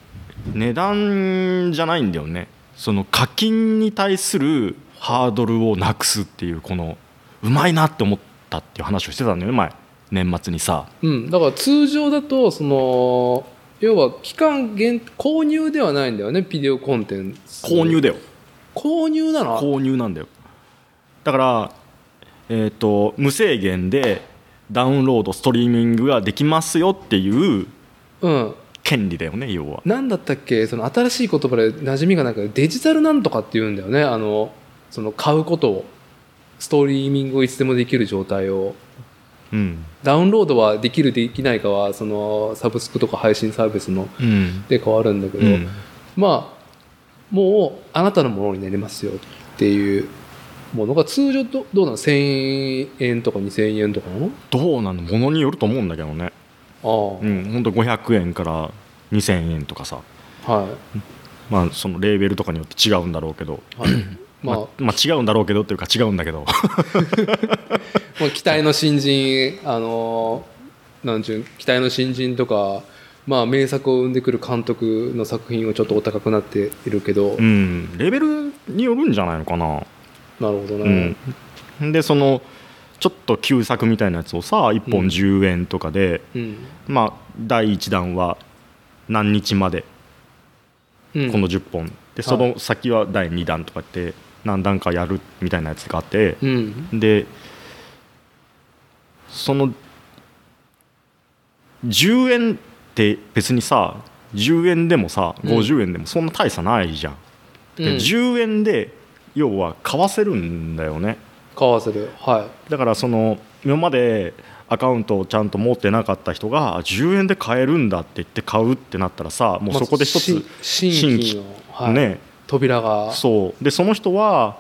値段じゃないんだよね。その課金に対するハードルをなくすっていう、このうまいなって思ったっていう話をしてたんだよね、前年末にさ。 だから通常だとその要は期間購入ではないんだよね、ビデオコンテンツ。 購入だよ。 購入なの？ 購入なんだよ。だから、無制限でダウンロードストリーミングができますよっていう権利だよね、要は。 なんだったっけ、その新しい言葉で馴染みがないけど、デジタルなんとかって言うんだよね。その買うことを、ストリーミングをいつでもできる状態を、ダウンロードはできるできないかはそのサブスクとか配信サービスので変わるんだけど、まあもうあなたのものになりますよっていうものが通常どうなの、1000円とか2000円とかなの？ どうなの、ものによると思うんだけどね。ほんと500円から2000円とかさ、まあそのレーベルとかによって違うんだろうけど、まあ違うんだろうけどっていうか違うんだけどもう期待の新人なんちゅう、期待の新人とか、まあ、名作を生んでくる監督の作品はちょっとお高くなっているけど、 レベルによるんじゃないのかな。 なるほどね。 でそのちょっと旧作みたいなやつをさ1本10円とかで、まあ第1弾は何日まで、この10本でその先は第2弾とかって何段かやるみたいなやつがあって、でその10円って別にさ10円でもさ50円でもそんな大差ないじゃん。で10円で要は買わせるんだよね。 買わせる、 だからその今までアカウントをちゃんと持ってなかった人が10円で買えるんだって言って買うってなったらさ、もうそこで一つ新規の、ね、扉が。 そうでその人は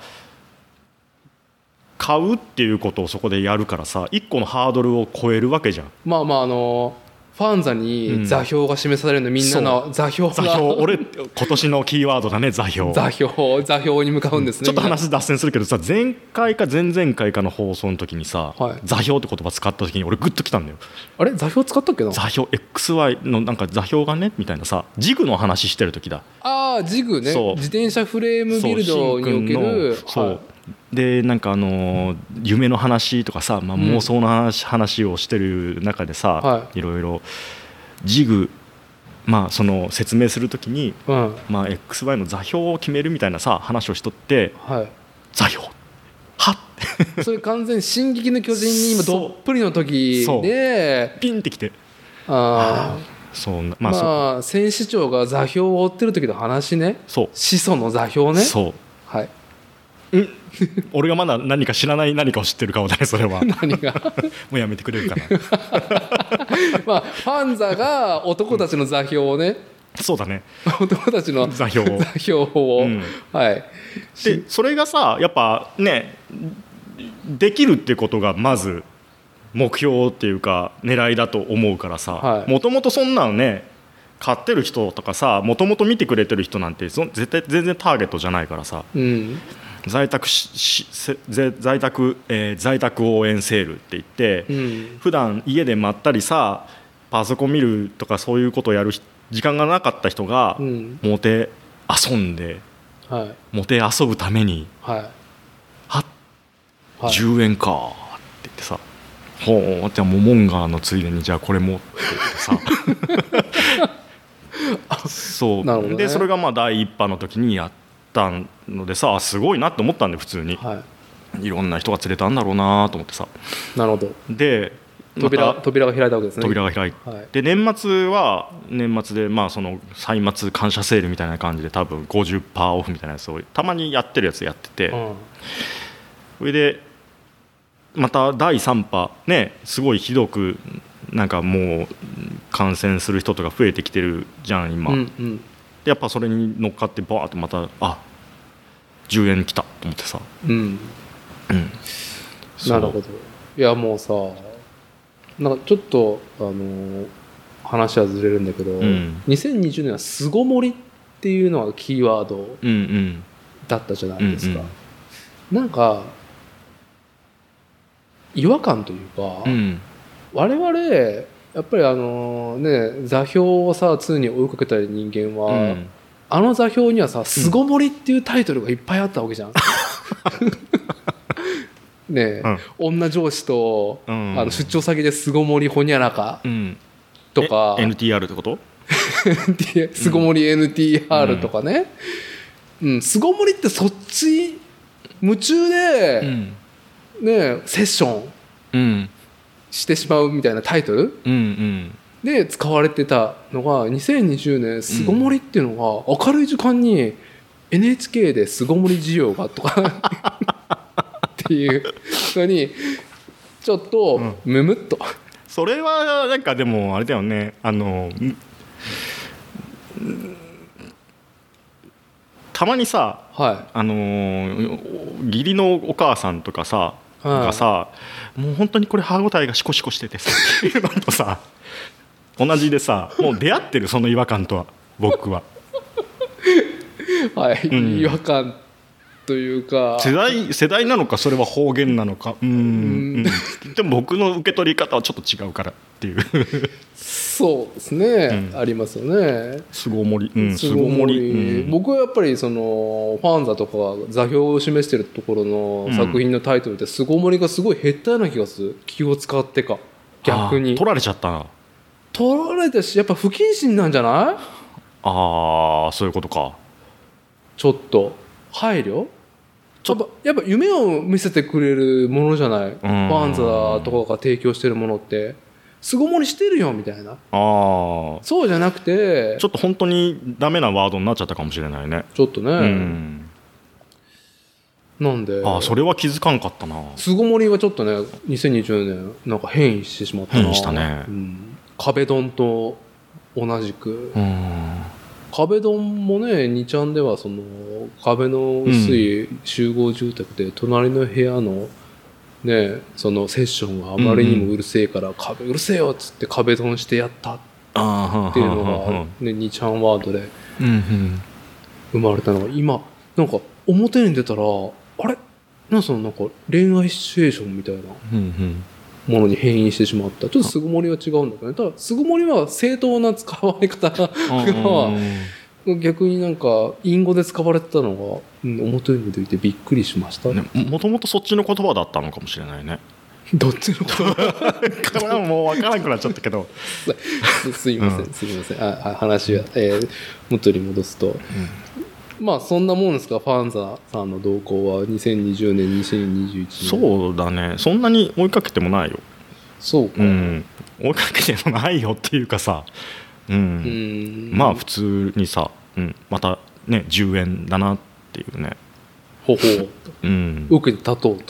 買うっていうことをそこでやるからさ、一個のハードルを超えるわけじゃん。 まあまあファンザに座標が示されるの、みんなの座標が、 俺今年のキーワードだね、座標に向かうんですね。 ちょっと話脱線するけどさ、前回か前々回かの放送の時にさ、座標って言葉使った時に俺グッときたんだよ。 あれ座標使ったっけな。 座標 XY のなんか座標がねみたいなさ、ジグの話してる時だ。 ジグね、自転車フレームビルドにおける、 でなんか夢の話とかさ、まあ、妄想の話をしてる中でさ、いろいろジグ、まあ、その説明するときに、まあ、XY の座標を決めるみたいなさ話をしとって、座標はっそれ完全に進撃の巨人に今どっぷりの時でピンってきて、そうまあ戦士長が座標を追ってる時の話ね。始祖の座標ね。 俺がまだ何か知らない何かを知ってる顔だね、それは。 何がもうやめてくれるかなまあファンザが男たちの座標をね、 そうだね、 男たちの座標を、 でそれがさやっぱねできるってことがまず目標っていうか狙いだと思うからさ、もともとそんなのね買ってる人とかさ、もともと見てくれてる人なんて絶対全然ターゲットじゃないからさ、在宅応援セールって言って、普段家でまったりさパソコン見るとかそういうことをやる時間がなかった人が、モテ遊んで、モテ遊ぶために、10円かって言ってさ、ほうじゃあモモンガーのついでにじゃあこれもって言ってさそうでそれがまあ第一波の時にやったのでさ、すごいなって思ったんで、普通に、いろんな人が釣れたんだろうなと思ってさ。 なるほど。 で扉が開いたわけですね。 扉が開いて、で年末は年末で、まあその歳末感謝セールみたいな感じで多分 50% オフみたいなやつをたまにやってるやつやってて、それでまた第3波ね、すごいひどくなんかもう感染する人とか増えてきてるじゃん今、やっぱそれに乗っかってバーッとまた10円来たと思ってさ、 なるほど。いやもうさ、なんかちょっと話はずれるんだけど、2020年は巣ごもりっていうのがキーワードだったじゃないですか。なんか違和感というか、我々 やっぱり座標をさ常に追いかけた人間は、あの座標にはさ巣ごもりっていうタイトルがいっぱいあったわけじゃん。ねえ、女上司と、出張先で巣ごもりほにゃらかとか、 NTR ってこと？ 巣ごもり NTR とかね、巣ごもりってそっち夢中で、ね、セッションしてしまうみたいなタイトル、で使われてたのが2020年巣ごもりっていうのが明るい時間に NHK で巣ごもり需要がとかっていうのにちょっとムムっと、 それはなんかでもあれだよね、たまにさ、義理のお母さんとかさ、がさ、もう本当にこれ歯応えがシコシコしててさっていうのとさ同じでさ、もう出会ってるその違和感とは僕は違和感というか世代なのかそれは方言なのかでも僕の受け取り方はちょっと違うからっていうそうですね、ありますよね。 巣ごもり、 僕はやっぱりそのファンザとか座標を示してるところの作品のタイトルって巣ごもりがすごい減ったような気がする。気を使ってか逆に取られちゃったな。 取られたし、やっぱ不謹慎なんじゃない？ そういうことか。 ちょっと配慮やっぱ夢を見せてくれるものじゃない。ファンザとかが提供してるものって巣ごもりしてるよみたいな。そうじゃなくてちょっと本当にダメなワードになっちゃったかもしれないね。 ちょっとね、なんでそれは気づかんかったな。 巣ごもりはちょっとね2020年なんか変異してしまったな。 変異したね、 壁ドンと同じく、壁ドンもね2ちゃんではその壁の薄い集合住宅で隣の部屋のね、そのセッションがあまりにもうるせえから、壁うるせえよっつって壁ドンしてやったっていうのが、ね、2ちゃんワードで生まれたのが今なんか表に出たらあれなんか恋愛シチュエーションみたいなものに変異してしまった。ちょっと巣ごもりは違うんだけどね。ただ巣ごもりは正当な使われ方が逆になんか隠語で使われてたのが、表に出ていてびっくりしました。 もともとそっちの言葉だったのかもしれないね。 どっちの言葉からもう分からなくなっちゃったけどすいません、すいません。話は、元に戻すと、まあそんなもんですか。ファンザさんの動向は2020年2021年。 そうだね、そんなに追いかけてもないよ。 そうか、 追いかけてもないよっていうかさ、まあ普通にさ、またね10円だなっていうね。 受けて立とうと、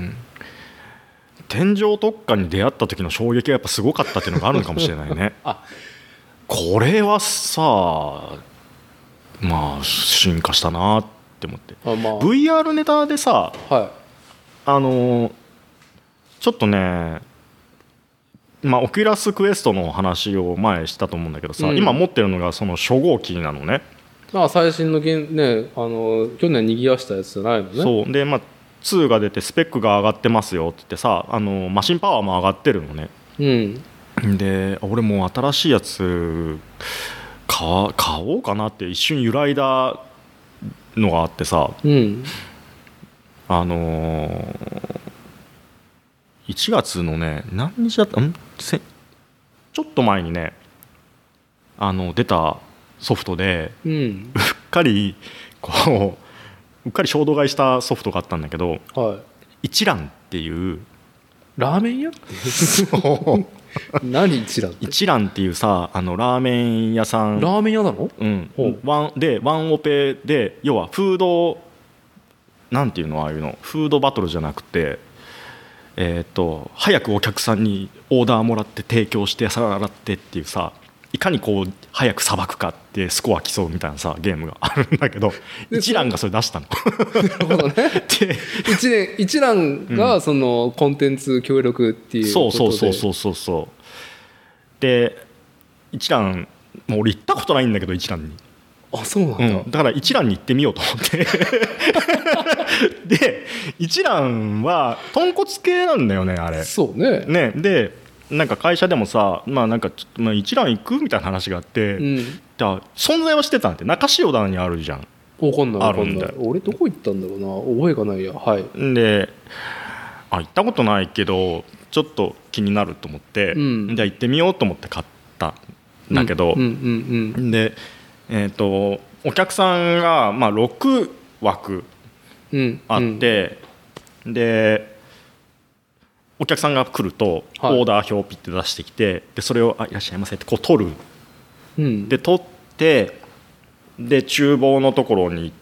天井特化に出会った時の衝撃がやっぱすごかったっていうのがあるのかもしれないね。これはさまあ進化したなって思って、VR ネタでさ、ちょっとねオキュラスクエストの話を前したと思うんだけどさ、今持ってるのがその初号機なのね。 最新のね去年にぎわしたやつじゃないのね。 そうで2が出てスペックが上がってますよって言ってさ、マシンパワーも上がってるのね。で俺もう新しいやつ買おうかなって一瞬揺らいだのがあってさ、1月のね何日だったちょっと前にね出たソフトで、うっかり衝動買いしたソフトがあったんだけど、一蘭っていうラーメン屋何一蘭って？ 一蘭っていうさラーメン屋さん。 ラーメン屋なの？ ワンオペで、要はフードなんていうの、ああいうのフードバトルじゃなくて、早くお客さんにオーダーもらって提供して皿洗ってっていうさ、いかにこう早くさばくかってスコア競うみたいなさゲームがあるんだけど、一蘭がそれ出したの。 なるほどね。で一蘭がそのコンテンツ協力っていうことで、 そうで一蘭もう俺行ったことないんだけど、一蘭に。 そうなんだ。 だから一蘭に行ってみようと思ってで一蘭は豚骨系なんだよねあれ。 そうね。 でなんか会社でもさ、まあなんかちょっとまあ一蘭行くみたいな話があって、だ存在はしてたんって中塩田にあるじゃん。 分かんないあるんだよ。 俺どこ行ったんだろうな、覚えがないや。はい。 で行ったことないけどちょっと気になると思って、じゃあ行ってみようと思って買ったんだけど、でお客さんがまあ6枠あって、でお客さんが来るとオーダー表をピッて出してきて、でそれをいらっしゃいませってこう取る、で取ってで厨房のところに行って、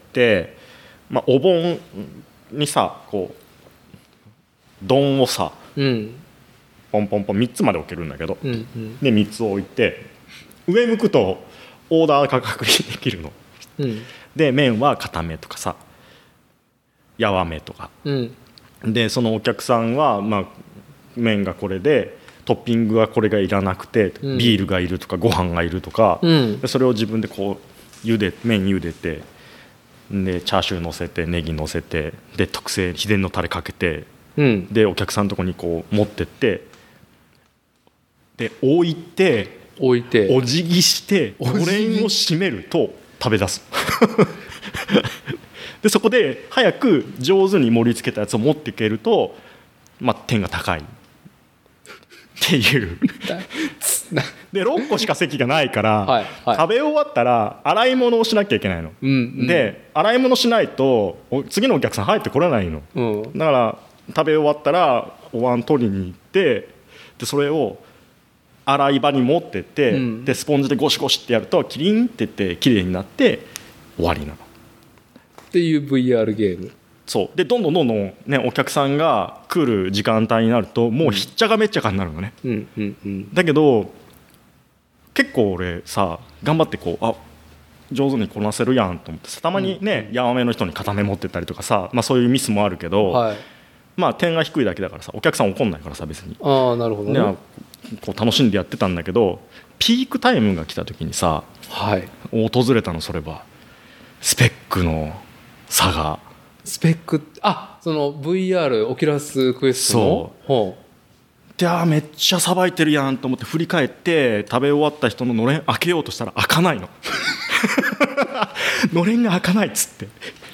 まあ、お盆にさこう丼をさ、ポンポンポン3つまで置けるんだけど、で3つ置いて上向くとオーダーが確認できるの、で麺は固めとかさやわめとか、でそのお客さんは、まあ、麺がこれでトッピングはこれがいらなくて、ビールがいるとかご飯がいるとか、でそれを自分でこう麺茹でてでチャーシュー乗せてネギ乗せてで特製秘伝のタレかけて、でお客さんのとこにこう持ってってで置いてお辞儀してのれんを閉めると食べ出すでそこで早く上手に盛り付けたやつを持っていけると、まあ、点が高いっていうで6個しか席がないから、食べ終わったら洗い物をしなきゃいけないの、で洗い物しないと次のお客さん入ってこれないの、だから食べ終わったらお椀取りに行ってでそれを洗い場に持ってって、でスポンジでゴシゴシってやるとキリンっていってきれいになって終わりなのっていう VR ゲーム。 そうでどんどん、ね、お客さんが来る時間帯になるともうひっちゃかめっちゃかになるのね、だけど結構俺さ頑張ってこう上手にこなせるやんと思ってさたまにね、ヤマメの人に固め持ってったりとかさ、まあ、そういうミスもあるけど、まあ点が低いだけだからさお客さん怒んないからさ別になるほどね、 こう楽しんでやってたんだけどピークタイムが来た時にさ、訪れたのそれはスペックの差がスペックその VR オキュラスクエストのそうでめっちゃさばいてるやんと思って振り返って食べ終わった人ののれん開けようとしたら開かないののれんが開かないっつって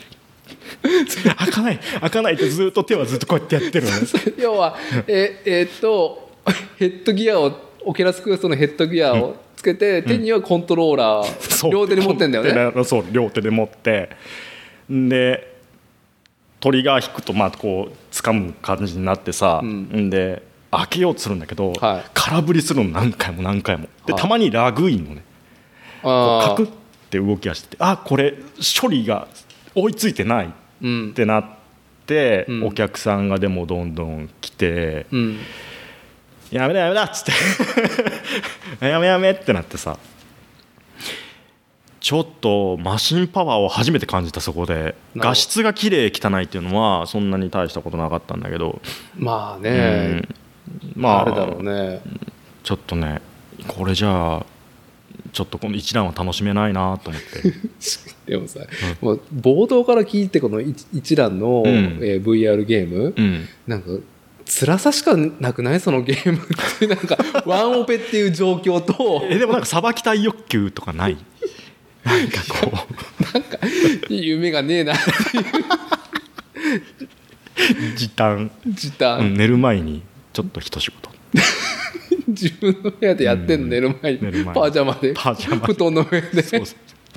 開かないってずっと手はずっとこうやってやってるの要はヘッドギアをオキュラスクエストのヘッドギアをつけて、手にはコントローラー、両手で持ってんだよね。 そう両手で持ってでトリガー引くとまあこう掴む感じになってさ、で開けようとするんだけど、空振りするの何回もでたまにラグインのねカクって動きがしててこれ処理が追いついてないってなって、お客さんがでもどんどん来て、やめだっつってやめってなってさちょっとマシンパワーを初めて感じたそこで画質が綺麗汚いっていうのはそんなに大したことなかったんだけどまあね、あれだろうねちょっとねこれじゃあちょっとこの一覧は楽しめないなと思ってでもさ、もう冒頭から聞いてこの一覧の、VR ゲーム、なんか辛さしかなくないそのゲームってなんかワンオペっていう状況とでもなんかさばきたい欲求とかないなんかこうなんか夢がねえな時短、寝る前にちょっと一仕事自分の部屋でやってんの、寝る前にパジャマで布団の上でそう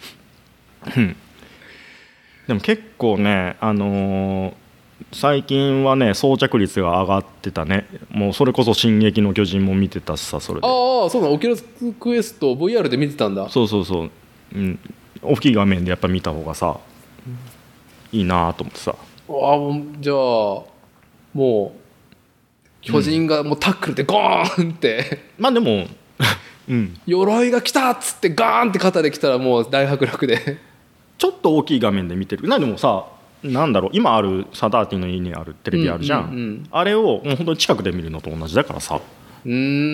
でも結構ね最近はね装着率が上がってたねもうそれこそ「進撃の巨人」も見てたしさそれでそうなのオキュラスクエスト VR で見てたんだそう、大きい画面でやっぱ見た方がさいいなと思ってさじゃあもう巨人がもうタックルでゴーンってまあでも鎧が来たっつってガーンって肩で来たらもう大迫力でちょっと大きい画面で見てるでもさなんだろう今あるサダーティの家にあるテレビあるじゃん、あれをもう本当に近くで見るのと同じだからさじ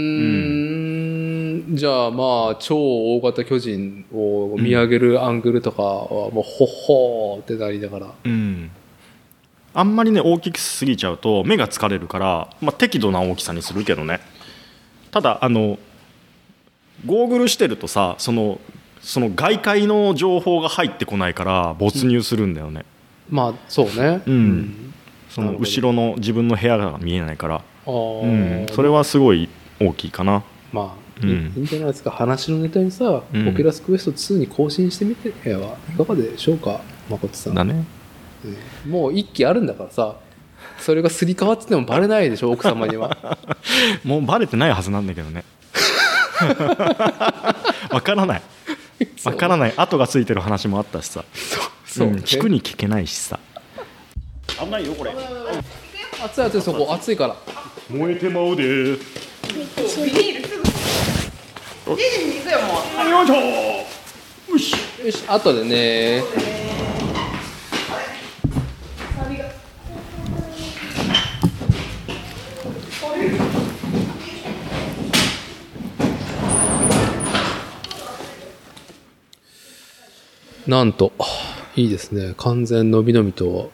ゃあまあ超大型巨人を見上げるアングルとかはもうほっほーってなりながら、 あんまりね大きすぎちゃうと目が疲れるから、適度な大きさにするけどねただゴーグルしてるとさその外界の情報が入ってこないから没入するんだよね、 まあそうね、 その後ろの自分の部屋が見えないから、それはすごい大きいかな。 まあ、いいんじゃないですか。話のネタにさ、オキュラスクエスト2に更新してみてはいかがでしょうか、誠さん。 だね、 もう1期あるんだからさ、それがすり替わっててもバレないでしょ、奥様には。 もうバレてないはずなんだけどね。わからないわからない、後がついてる話もあったしさ、そう、聞くに聞けないしさ。危ないよこれ。 熱い熱い、そこ熱いから。 燃えてまうで。ビニールすぐ。ジジに行くよもう。よいしょ。よし。 よし、後でね。なんといいですね、完全のびのびと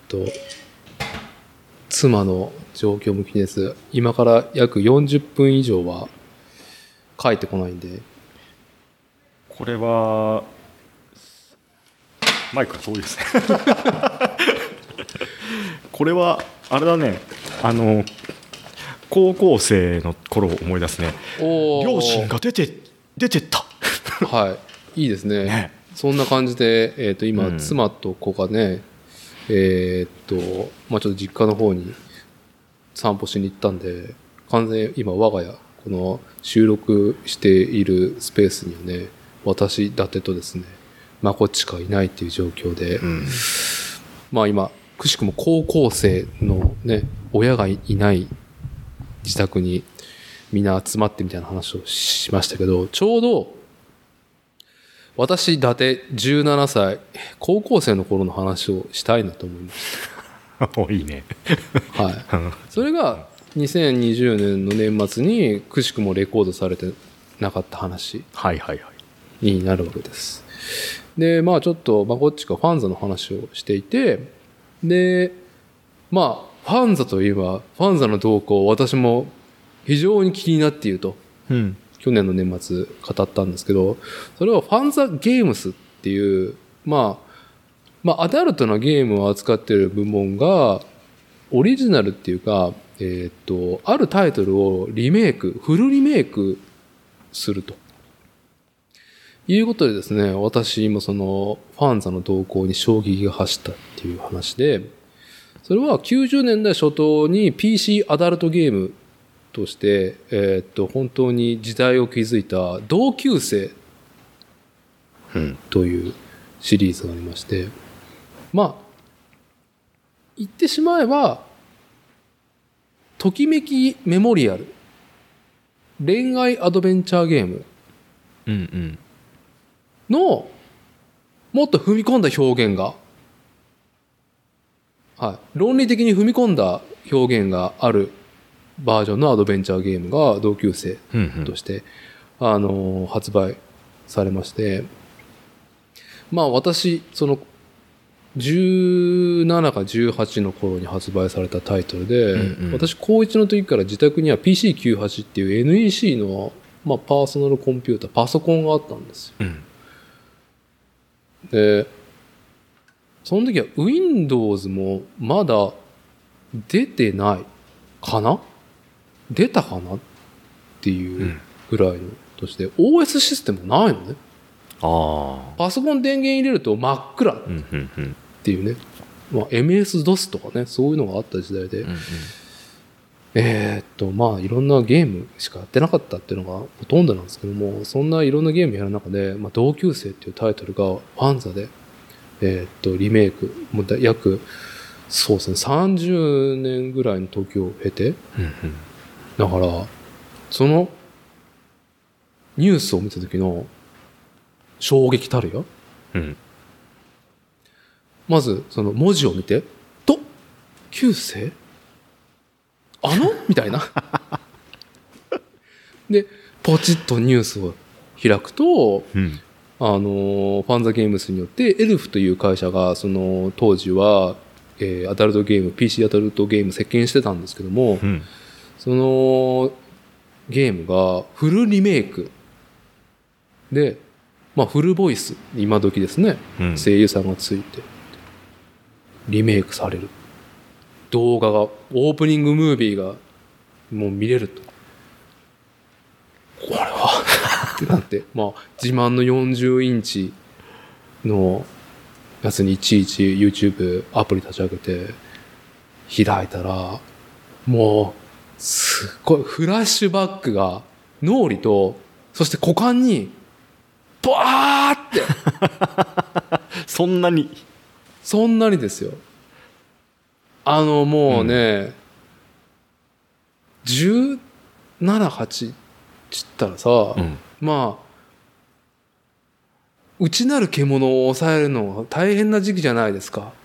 妻の状況も気にせず、今から約40分以上は帰ってこないんで、 これはマイクが遠いですね。これはあれだね、高校生の頃を思い出すね。両親が出てったはい、いいですね。そんな感じで、今、妻と子がね、まあ、ちょっと実家の方に散歩しに行ったんで、完全に今我が家この収録しているスペースにはね、私伊達とですね、まこっちかいないっていう状況で、まあ今くしくも高校生のね親がいない自宅にみんな集まってみたいな話をしましたけど、ちょうど私伊達17歳高校生の頃の話をしたいなと思いました。 いいね。 はい。それが2020年の年末にくしくもレコードされてなかった話になるわけです。で、まあちょっとまこっちがファンザの話をしていて、で、まあファンザといえばファンザの動向を私も非常に気になっていると、去年の年末語ったんですけど、それはファンザゲームスっていう、まあアダルトなゲームを扱っている部門がオリジナルっていうか、あるタイトルをリメイク、フルリメイクするということでですね、私今そのファンザの動向に衝撃が走ったっていう話で、それは90年代初頭に PC アダルトゲームとして、本当に時代を築いた同級生というシリーズがありまして、まあ言ってしまえばときめきメモリアル恋愛アドベンチャーゲームのもっと踏み込んだ表現が、はい、論理的に踏み込んだ表現があるバージョンのアドベンチャーゲームが同級生として、発売されまして、まあ私その17か18の頃に発売されたタイトルで、私高1の時から自宅には PC98 っていう NEC の、まあ、パーソナルコンピューターパソコンがあったんですよ、でその時は Windows もまだ出てないかな、出たかなっていうぐらいの年で、OS システムないのね。パソコン電源入れると真っ暗っていうね、まあ、MS-DOS とかね、そういうのがあった時代で、まあいろんなゲームしかやってなかったっていうのがほとんどなんですけども、そんないろんなゲームやる中で、まあ、同級生っていうタイトルがファンザで、リメイクもう約そうですね30年ぐらいの時を経て、だからそのニュースを見た時の衝撃たるや、まずその文字を見て、と旧姓みたいなでポチッとニュースを開くと、ファンザゲームスによってエルフという会社がその当時は、アダルトゲーム PC アダルトゲーム席巻してたんですけども、そのゲームがフルリメイクで、まあ、フルボイス今時ですね、声優さんがついてリメイクされる動画がオープニングムービーがもう見れると、これはってなって、まあ、自慢の40インチのやつにいちいち YouTube アプリ立ち上げて開いたら、もうすっごいフラッシュバックが脳裏とそして股間にバーってそんなにですよ。もうね、17、8っつったらさ、まあ内なる獣を抑えるのが大変な時期じゃないですか。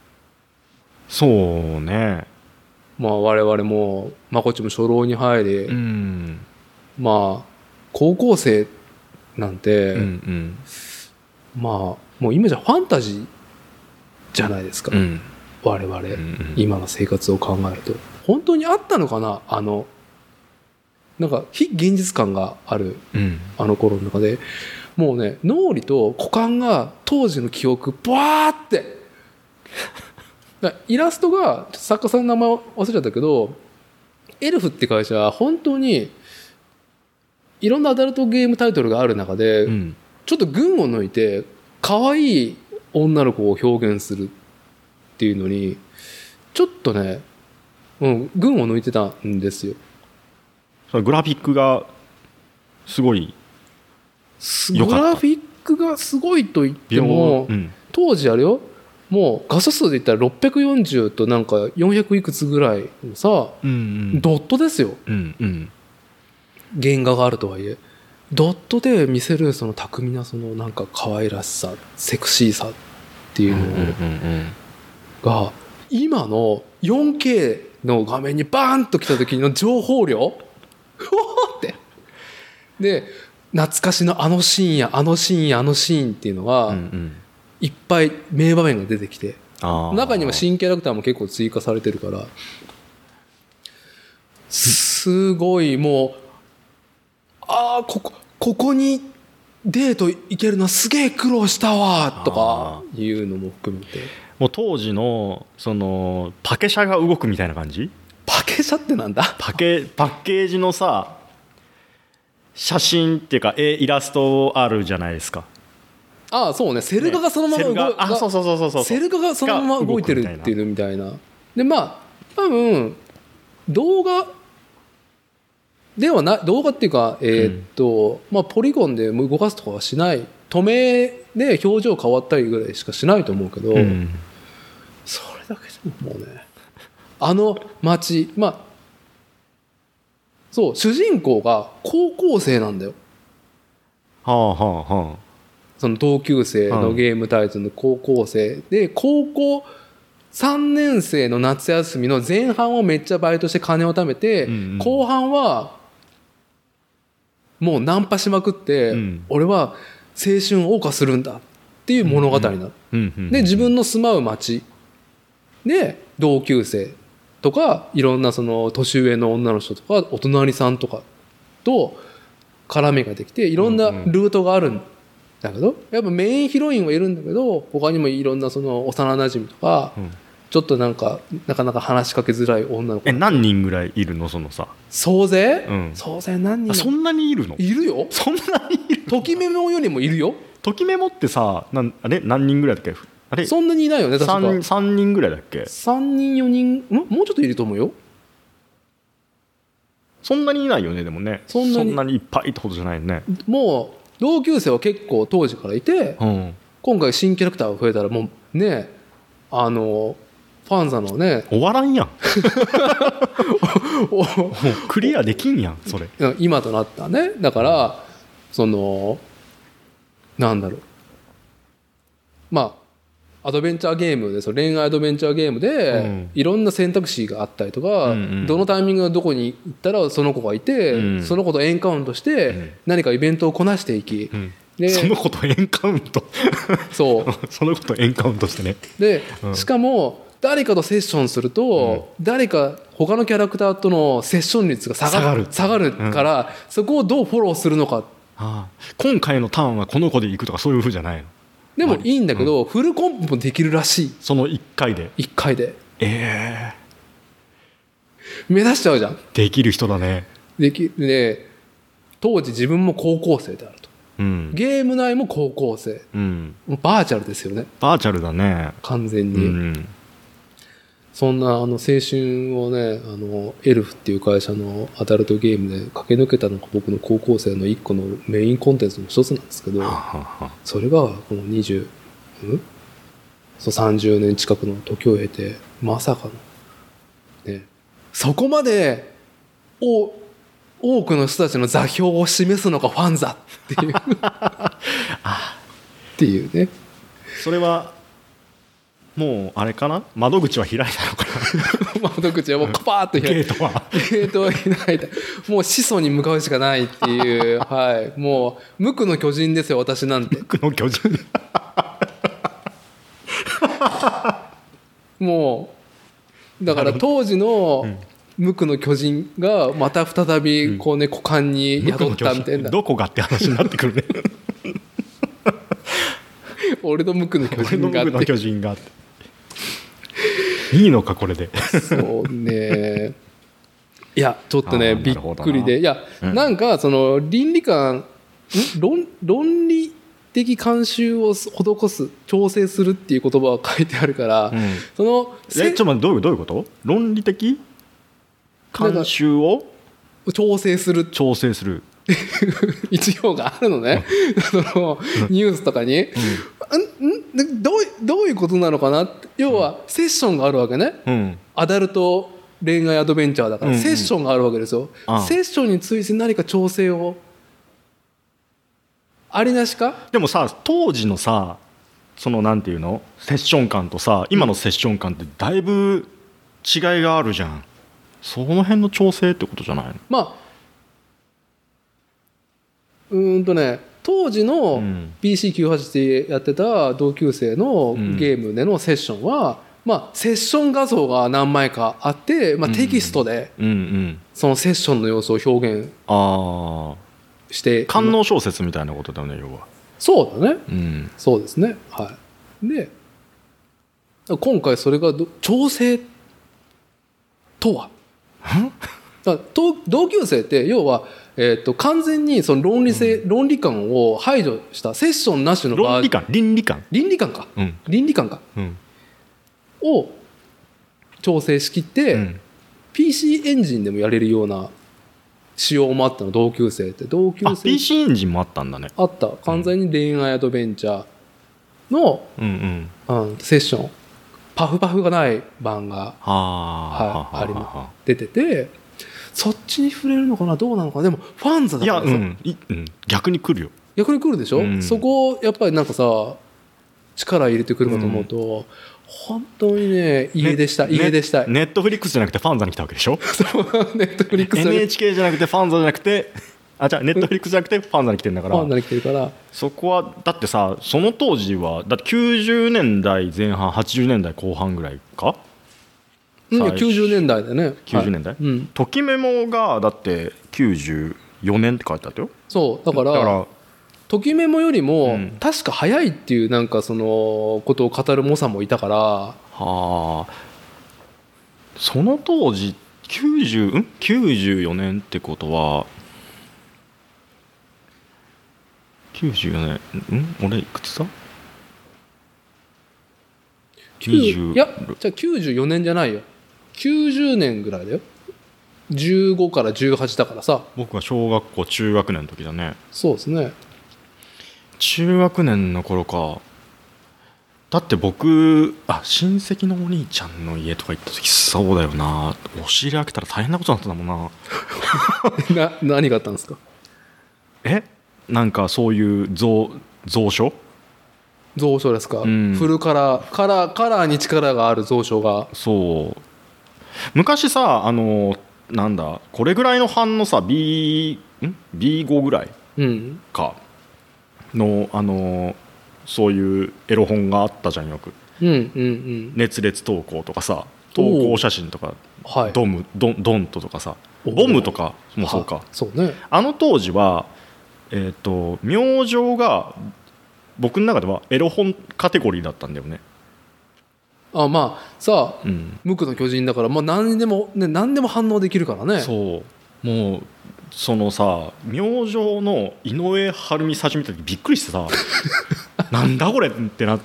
そうね。 まあ我々もまこっちも初老に入り、まあ高校生なんて、まあもう今じゃファンタジーじゃないですか、我々、今の生活を考えると本当にあったのかな、なんか非現実感がある、あの頃の中でもうね、脳裏と股間が当時の記憶バーってイラストが作家さんの名前忘れちゃったけど、エルフって会社は本当にいろんなアダルトゲームタイトルがある中で、ちょっと群を抜いて可愛い女の子を表現するっていうのにちょっとね、群を抜いてたんですよ。 グラフィックがすごい良かった。 グラフィックがすごいと言っても、当時あれよ、もう画素数で言ったら640となんか400いくつぐらいのさ、ドットですよ、原画があるとはいえドットで見せるその巧みなそのなんか可愛らしさ、セクシーさっていうのが今の 4K の画面にバーンと来た時の情報量ふわーってで、懐かしのあのシーンやあのシーンやあのシーンっていうのがいっぱい名場面が出てきて、中には新キャラクターも結構追加されてるから、すごいもうここにデート行けるのすげえ苦労したわとかいうのも含めて、 もう当時のそのパケ車が動くみたいな感じ。 パケ車ってなんだ。 パッケージのさ、写真っていうかイラストあるじゃないですか。 ああそうね、セル画がそのままセル画がそのまま動いてるっていうみたいな。でまあ多分動画ではない、動画っていうかまあポリゴンで動かすとかはしない、透明で表情変わったりぐらいしかしないと思うけど、それだけでももうね、あの街、まあそう、主人公が高校生なんだよ。その同級生のゲームタイトルの高校生で、高校3年生の夏休みの前半をめっちゃバイトして金を貯めて、後半はもうナンパしまくって、俺は青春を謳歌するんだっていう物語になる。で自分の住まう町で同級生とかいろんなその年上の女の人とかお隣さんとかと絡みができて、いろんなルートがあるんだけど、やっぱメインヒロインはいるんだけど、他にもいろんなその幼なじみとか、ちょっとなんかなかなか話しかけづらい女の子。 何人ぐらいいるのそのさ。 総勢何人。 そんなにいるの。 いるよ。そんなにいる。ときメモよりもいるよ。 ときメモってさ、あれ何人ぐらいだっけ。あれそんなにいないよね。確か 3人ぐらいだっけ。 3人4人もうちょっといると思うよ。 そんなにいないよね。でもね、そんなにいっぱいってことじゃないよね。 もう同級生は結構当時からいて、今回新キャラクターが増えたらもうね、ファンザのね終わらんやんクリアできんやんそれ。 今となったね。だからそのなんだろう、まあアドベンチャーゲームで、その恋愛アドベンチャーゲームでいろんな選択肢があったりとか、どのタイミングでどこに行ったらその子がいて、その子とエンカウントして何かイベントをこなしていき、 でその子とエンカウントそうその子とエンカウントしてね。 でしかも誰かとセッションすると、誰か他のキャラクターとのセッション率が下がるから、そこをどうフォローするのか。 今回のターンはこの子でいくとかそういう風じゃないの。 でもいいんだけど、フルコンプもできるらしい。 その1回で目指しちゃうじゃん。 できる人だね。 で当時自分も高校生であると、ゲーム内も高校生、バーチャルですよね。 バーチャルだね完全に、そんな青春をね、エルフっていう会社のアダルトゲームで駆け抜けたのが僕の高校生の一個のメインコンテンツの一つなんですけど、それがこの30年近くの時を経て、まさかの、ね、そこまで多くの人たちの座標を示すのがファンザっていうっていうね。 それはもうあれかな、窓口は開いたのかな窓口はもうカパーッと開いてゲートは開いて、もう始祖に向かうしかないっていう、もう無垢の巨人ですよ私なんて。 無垢の巨人もうだから当時の無垢の巨人がまた再びこうね、股間に宿ったみたいな。 どこがって話になってくるね俺の無垢の巨人がっていいのかこれで。 そうね。いやちょっとねびっくりで、いや、なんかその倫理的慣習を施す、調整するっていう言葉が書いてあるから、そのちょっと待って、どういうこと？論理的慣習を調整する一行があるのね、そのニュースとかに、どういうことなのかなって。要はセッションがあるわけね、アダルト恋愛アドベンチャーだからセッションがあるわけですよ、セッションについて何か調整をありなしか。 でもさ、当時のさ、そのなんていうの、セッション感とさ今のセッション感ってだいぶ違いがあるじゃん。その辺の調整ってことじゃないの？ まあ当時の PC98 でやってた同級生のゲームでのセッションは、セッション画像が何枚かあって、テキストでそのセッションの様子を表現して、 官能小説みたいなことだよね、要は。 そうだね、そうですね。で今回それが調整とは同級生って要は完全にその論理観を排除したセッションなしの場合、倫理観か、を調整しきって、PC エンジンでもやれるような仕様もあったの。同級生 PC エンジンもあったんだね。 あった。完全に恋愛アドベンチャーの、セッション、パフパフがない版が出てて、そっちに触れるのかな、どうなのかな。でもファンザだからさ、 逆に来るよ。 逆に来るでしょ、そこをやっぱりなんかさ力入れてくるかと思うと、本当にね家出したい。ネットフリックスじゃなくてファンザに来たわけでしょ。 そうネットフリックス NHK じゃなくてファンザじゃなくてじゃあネットフリックスじゃなくてファンザに来てるんだから、 ファンザに来てるから、 そこはだってさ、その当時はだって90年代前半80年代後半ぐらいか。 90年代だね。 90年代、ときメモがだって94年って書いてあったよ。 そうだからときメモよりも確か早いっていうなんかそのことを語る猛者もいたから、 その当時94年ってことは94年俺いくつだ。 いやじゃあ94年じゃないよ、90年ぐらいだよ。15から18だからさ。 僕は小学校中学年の時だね。 そうですね、 中学年の頃か。だって僕親戚のお兄ちゃんの家とか行った時そうだよな、押し入れ開けたら大変なことになったんだもんな何があったんですか。 なんかそういう蔵書ですか、フルカラーに力がある蔵書が。 そう昔さなんだこれぐらいの版のさ B5 ぐらいかのそういうエロ本があったじゃんよく、 うんうんうん、 熱烈投稿とかさ、投稿写真とか、 はい、 ドントとかさ、ボムとかもそうか、 そうね、 あの当時は明星が僕の中ではエロ本カテゴリーだったんだよね。 あ、まあさあ、無垢の巨人だから、まあ、何でも反応できるからね。 そうもうそのさ、明星の井上晴美最初見た時びっくりしてさなんだこれってなった。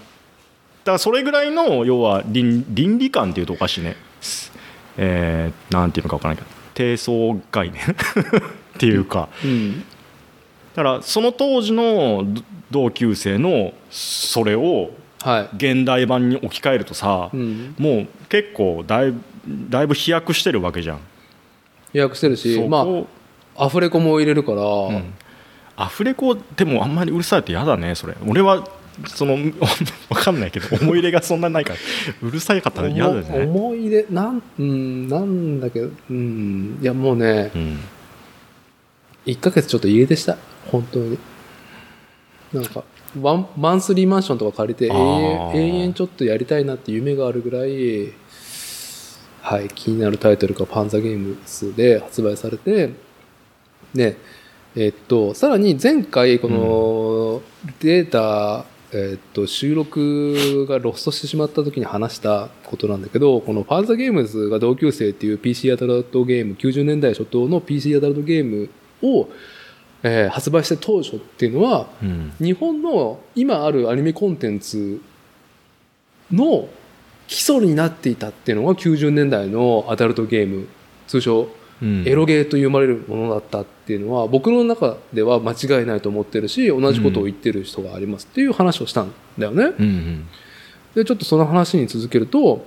それぐらいの要は倫理観っていうとおかしいね、なんていうのか分からないけど低層概念っていうか、うん、だからその当時の同級生のそれを現代版に置き換えるとさ、はい、もう結構だいぶ飛躍してるわけじゃん。 飛躍してるし、まあアフレコも入れるから、うん、 アフレコでもあんまりうるさいと嫌だねそれ。俺はその分かんないけど思い入れがそんなにないからうるさいかったら嫌だね。 思い入れなんだけど、いやもうね、1ヶ月ちょっと家出した本当に。なんかマンスリーマンションとか借りて永遠ちょっとやりたいなって夢があるぐらい、はい、気になるタイトルがパンザゲームスで発売されて、でさらに前回このデータ、収録がロストしてしまった時に話したことなんだけど、このパンザゲームズが同級生っていう PC アダルトゲーム、90年代初頭の PC アダルトゲームを発売して当初っていうのは、日本の今あるアニメコンテンツの基礎になっていたっていうのが90年代のアダルトゲーム、通称エロゲーと呼ばれるものだったっていうのは僕の中では間違いないと思ってるし、同じことを言ってる人がありますっていう話をしたんだよね。でちょっとその話に続けると、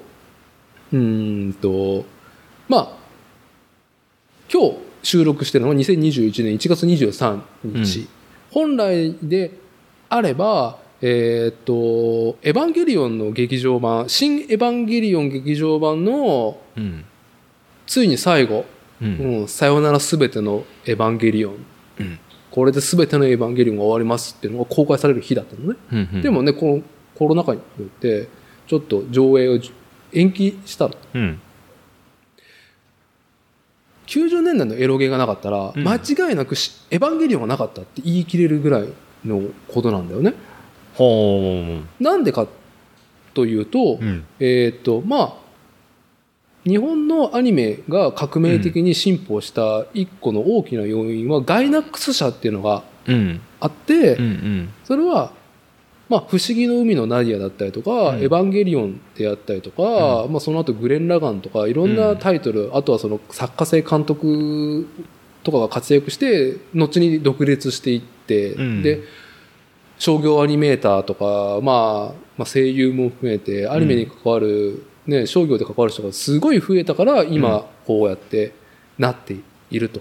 まあ今日収録してるのは2021年1月23日、本来であればエヴァンゲリオンの劇場版、新エヴァンゲリオン劇場版の、ついに最後、さよならすべてのエヴァンゲリオン、これですべてのエヴァンゲリオンが終わりますっていうのが公開される日だったのね。でもね、このコロナ禍によってちょっと上映を延期したの。90年代のエロゲーがなかったら、間違いなくエヴァンゲリオンがなかったって言い切れるぐらいのことなんだよね。なんでかというと、まあ日本のアニメが革命的に進歩した一個の大きな要因はガイナックス社っていうのがあって、それはまあ不思議の海のナディアだったりとか、エヴァンゲリオンであったりとか、まあその後グレン・ラガンとかいろんなタイトル、あとはその作家性監督とかが活躍して後に独立していって、で商業アニメーターとか、まあ声優も含めてアニメに関わる、商業で関わる人がすごい増えたから今こうやってなっていると。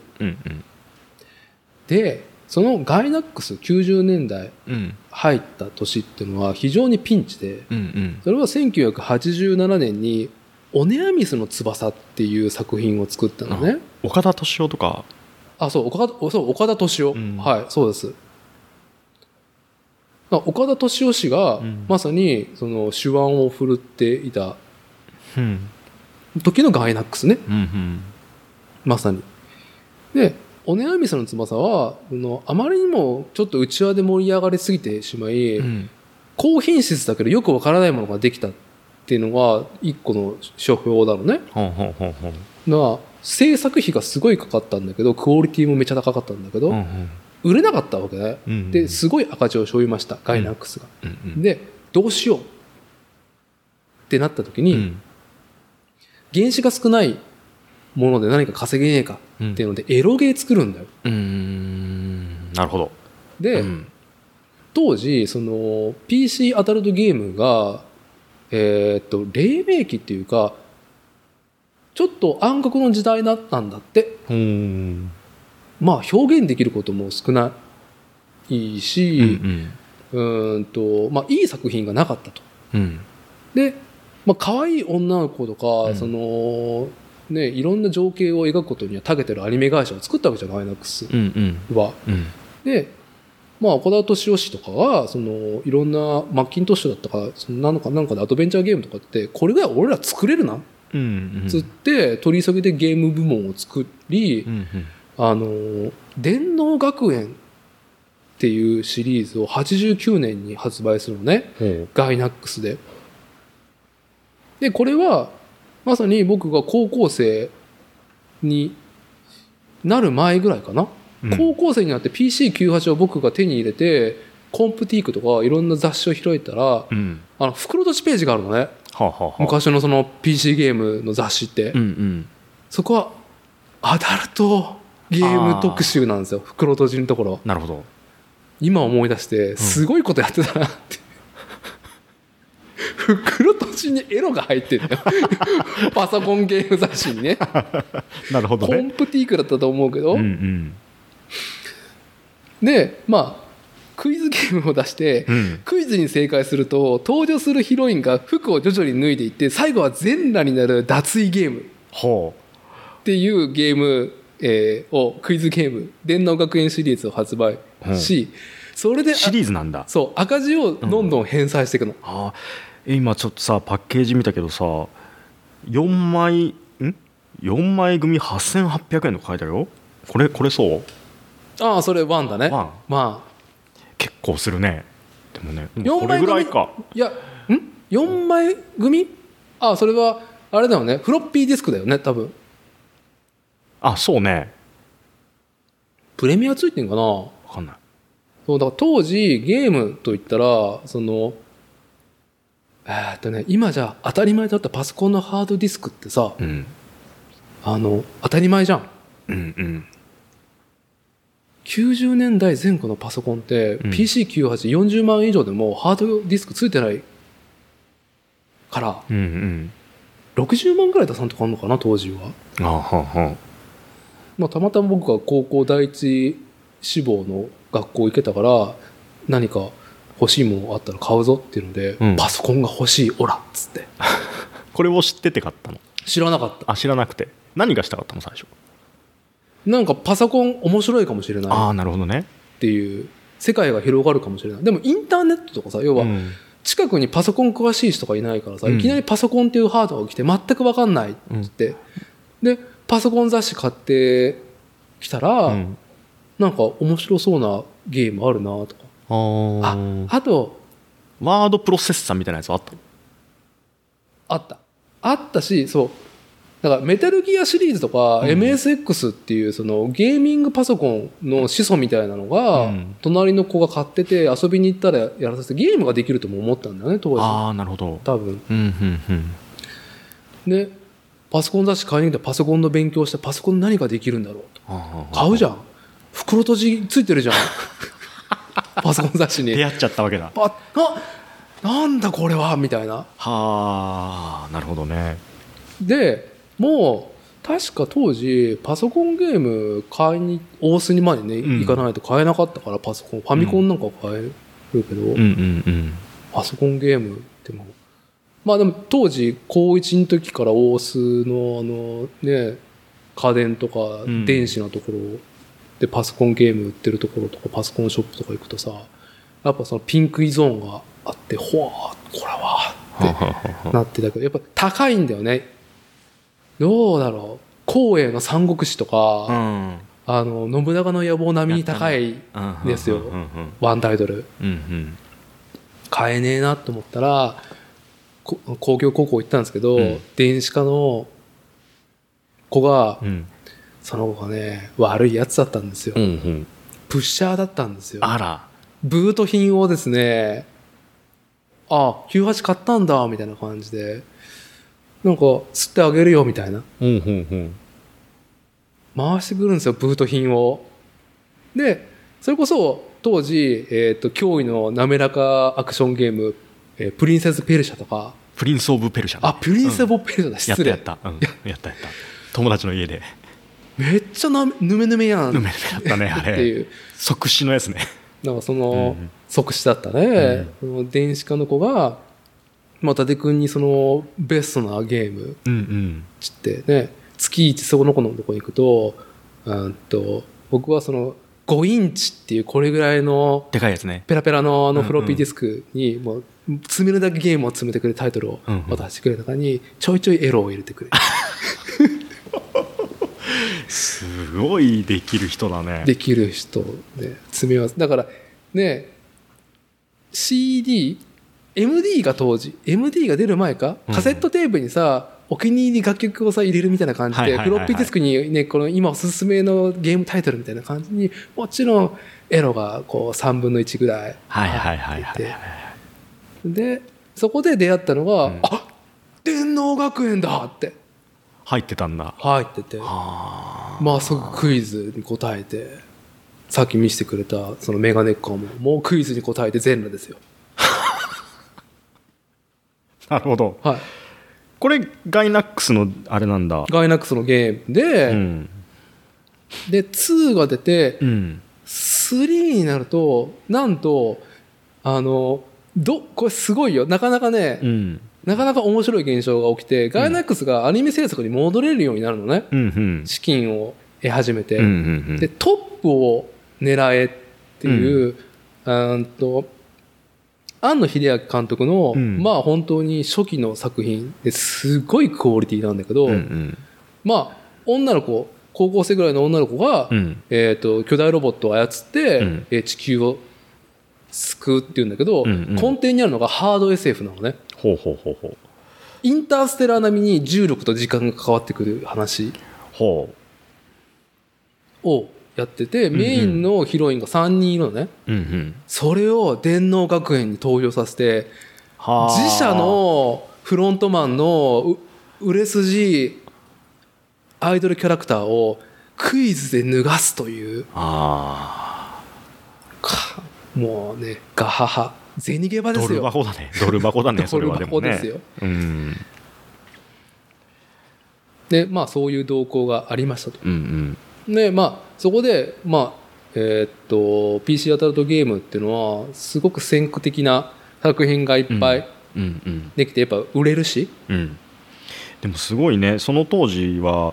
でそのガイナックス90年代入った年っていうのは非常にピンチで、それは1987年にオネアミスの翼っていう作品を作ったのね。 岡田敏夫とか。 そう岡田敏夫、はい、そうです。岡田敏夫氏がまさにその手腕を振るっていた時のガイナックスね、まさに。でオネアミスの翼はあまりにもちょっと内輪で盛り上がりすぎてしまい、高品質だけどよくわからないものができたっていうのが一個の書評なのね。制作費がすごいかかったんだけどクオリティもめちゃ高かったんだけど、売れなかったわけね。ですごい赤字を背負いましたガイナックスが。でどうしようってなった時に、原資が少ないもので何か稼げねえかっていうので、エロゲー作るんだよ。 なるほど。 で、当時その PC アダルトゲームが黎明期っていうかちょっと暗黒の時代だったんだって。まあ表現できることも少ないし、まあいい作品がなかったと。で、まあ可愛い女の子とか、そのね、いろんな情景を描くことには長けてるアニメ会社を作ったわけじゃないガイナックスは。でまあ岡田敏夫氏とかがそのいろんなマッキントッシュだったかそのなんかでアドベンチャーゲームとかってこれぐらい俺ら作れるな、つって取り急ぎでゲーム部門を作り、電脳学園っていうシリーズを89年に発売するのね、ガイナックスで。でこれはまさに僕が高校生になる前ぐらいかな、高校生になって PC98 を僕が手に入れてコンプティークとかいろんな雑誌を開いたら、袋とじページがあるのね、昔のその PC ゲームの雑誌って、そこはアダルトゲーム特集なんですよ、袋とじのところ。 なるほど。 今思い出してすごいことやってたなって、袋とじにエロが入ってるよパソコンゲーム雑誌にねなるほどね。 コンプティークだったと思うけど、でまあクイズゲームを出して、クイズに正解すると登場するヒロインが服を徐々に脱いでいって最後は全裸になる脱衣ゲームっていうゲーム、をクイズゲーム電脳学園シリーズを発売し、それでシリーズなんだ。 そう赤字をどんどん返済していくの、 今ちょっとさパッケージ見たけどさ4枚組8800円とか書いてあるよ。これそう？ ああそれ1だね。まあ結構するね。でもねこれぐらいか。 いや4枚組？ああそれはあれだよね、フロッピーディスクだよね多分。 あそうね。 プレミアついてんかな、 分かんない。 そうだから当時ゲームといったらその今じゃ当たり前だったパソコンのハードディスクってさ、当たり前じゃん。90年代前後のパソコンって、PC9840 万以上でもハードディスクついてないから、60万ぐらい出さんとかあるのかな当時は。まあ、たまたま僕が高校第一志望の学校行けたから何か欲しいものあったら買うぞっていうので、パソコンが欲しいオラっつってこれを知ってて買ったの？ 知らなかった。 知らなくて何がしたかったの最初？ なんかパソコン面白いかもしれない。 なるほどね。 っていう世界が広がるかもしれない。でもインターネットとかさ、要は近くにパソコン詳しい人がいないからさ、いきなりパソコンっていうハードが来て全く分かんないって言って、でパソコン雑誌買ってきたら、なんか面白そうなゲームあるなとか。あとワードプロセッサーみたいなやつあったし、そうだからメタルギアシリーズとか MSX っていうそのゲーミングパソコンの始祖みたいなのが隣の子が買ってて遊びに行ったらやらせてゲームができるとも思ったんだよね当時。 なるほど。 多分。でパソコン雑誌買いに来てパソコンの勉強してパソコン何ができるんだろうと買うじゃん。袋閉じついてるじゃんパソコン雑誌に出会っちゃったわけだ。 なんだこれはみたいな。 なるほどね。 でもう確か当時パソコンゲーム買いに大須にまでね、行かないと買えなかったからパソコンファミコンなんか買えるけど、パソコンゲームでもまあでも当時高1の時から大須のね家電とか電子のところでパソコンゲーム売ってるところとかパソコンショップとか行くとさ、やっぱそのピンクイゾーンがあってほわーこれはってなってたけどやっぱ高いんだよね。どうだろう、光栄の三国志とか、信長の野望並みに高いんですよ、ワンタイトル。買えねえなと思ったら工業高校行ったんですけど、電子科の子が、その子がね悪いやつだったんですよ、プッシャーだったんですよ。ブート品をですね98買ったんだみたいな感じでなんか吸ってあげるよみたいな、回してくるんですよブート品を。でそれこそ当時、驚異の滑らかアクションゲーム、プリンセスペルシャとか。 プリンスオブペルシャ、 プリンスオブペルシャだ、失礼。 やった友達の家でめっちゃぬめぬめやん。 ぬめぬめだったねあれっていう即死のやつね。 なんかその、即死だったね、その電子科の子が伊達君にそのベストなゲームつってね、月一そこの子のとこに行くと僕はその 5インチっていうこれぐらいのでかいやつね。 ペラペラのフロッピーディスクにもう詰めるだけゲームを詰めてくれるタイトルを渡してくれる中にちょいちょいエロを入れてくれる。 すごいできる人だね。 できる人で詰め合わせだからね。 CD、MD が当時 MD が出る前かカセットテープにさ、お気に入り楽曲をさ入れるみたいな感じでフロッピーディスクにねこの今おすすめのゲームタイトルみたいな感じにもちろんエロがこう3分の1ぐらい入ってて、でそこで出会ったのが、あ、電脳学園だって入ってたんだ。 入ってて、まあすぐクイズに答えて、さっき見せてくれたそのメガネッカーもうクイズに答えて全裸ですよ。 なるほど。 はい。 これガイナックスのあれなんだ。 ガイナックスのゲームで、で2が出て、3になるとなんとこれすごいよ、なかなかね、なかなか面白い現象が起きて、ガイナックスがアニメ制作に戻れるようになるのね、資金を得始めて、でトップを狙えっていう、庵野秀明監督の、まあ本当に初期の作品ですごいクオリティなんだけど、まあ女の子、高校生ぐらいの女の子が、巨大ロボットを操って、地球を救うっていうんだけど、根底にあるのがハード SF なのね。インターステラー並みに重力と時間が関わってくる話をやってて、メインのヒロインが3人いるのね、それを電脳学園に登場させて、自社のフロントマンの売れ筋アイドルキャラクターをクイズで脱がすという、もうね、ガハハ銭ゲバですよ。ドル箱だね。ドル箱だね。それはでもね。 ドル箱ですよ。でまあそういう動向がありましたと。でまあそこでまあPC アダルトゲームっていうのはすごく先駆的な作品がいっぱいできて、やっぱ売れるし、 でもすごいね、その当時は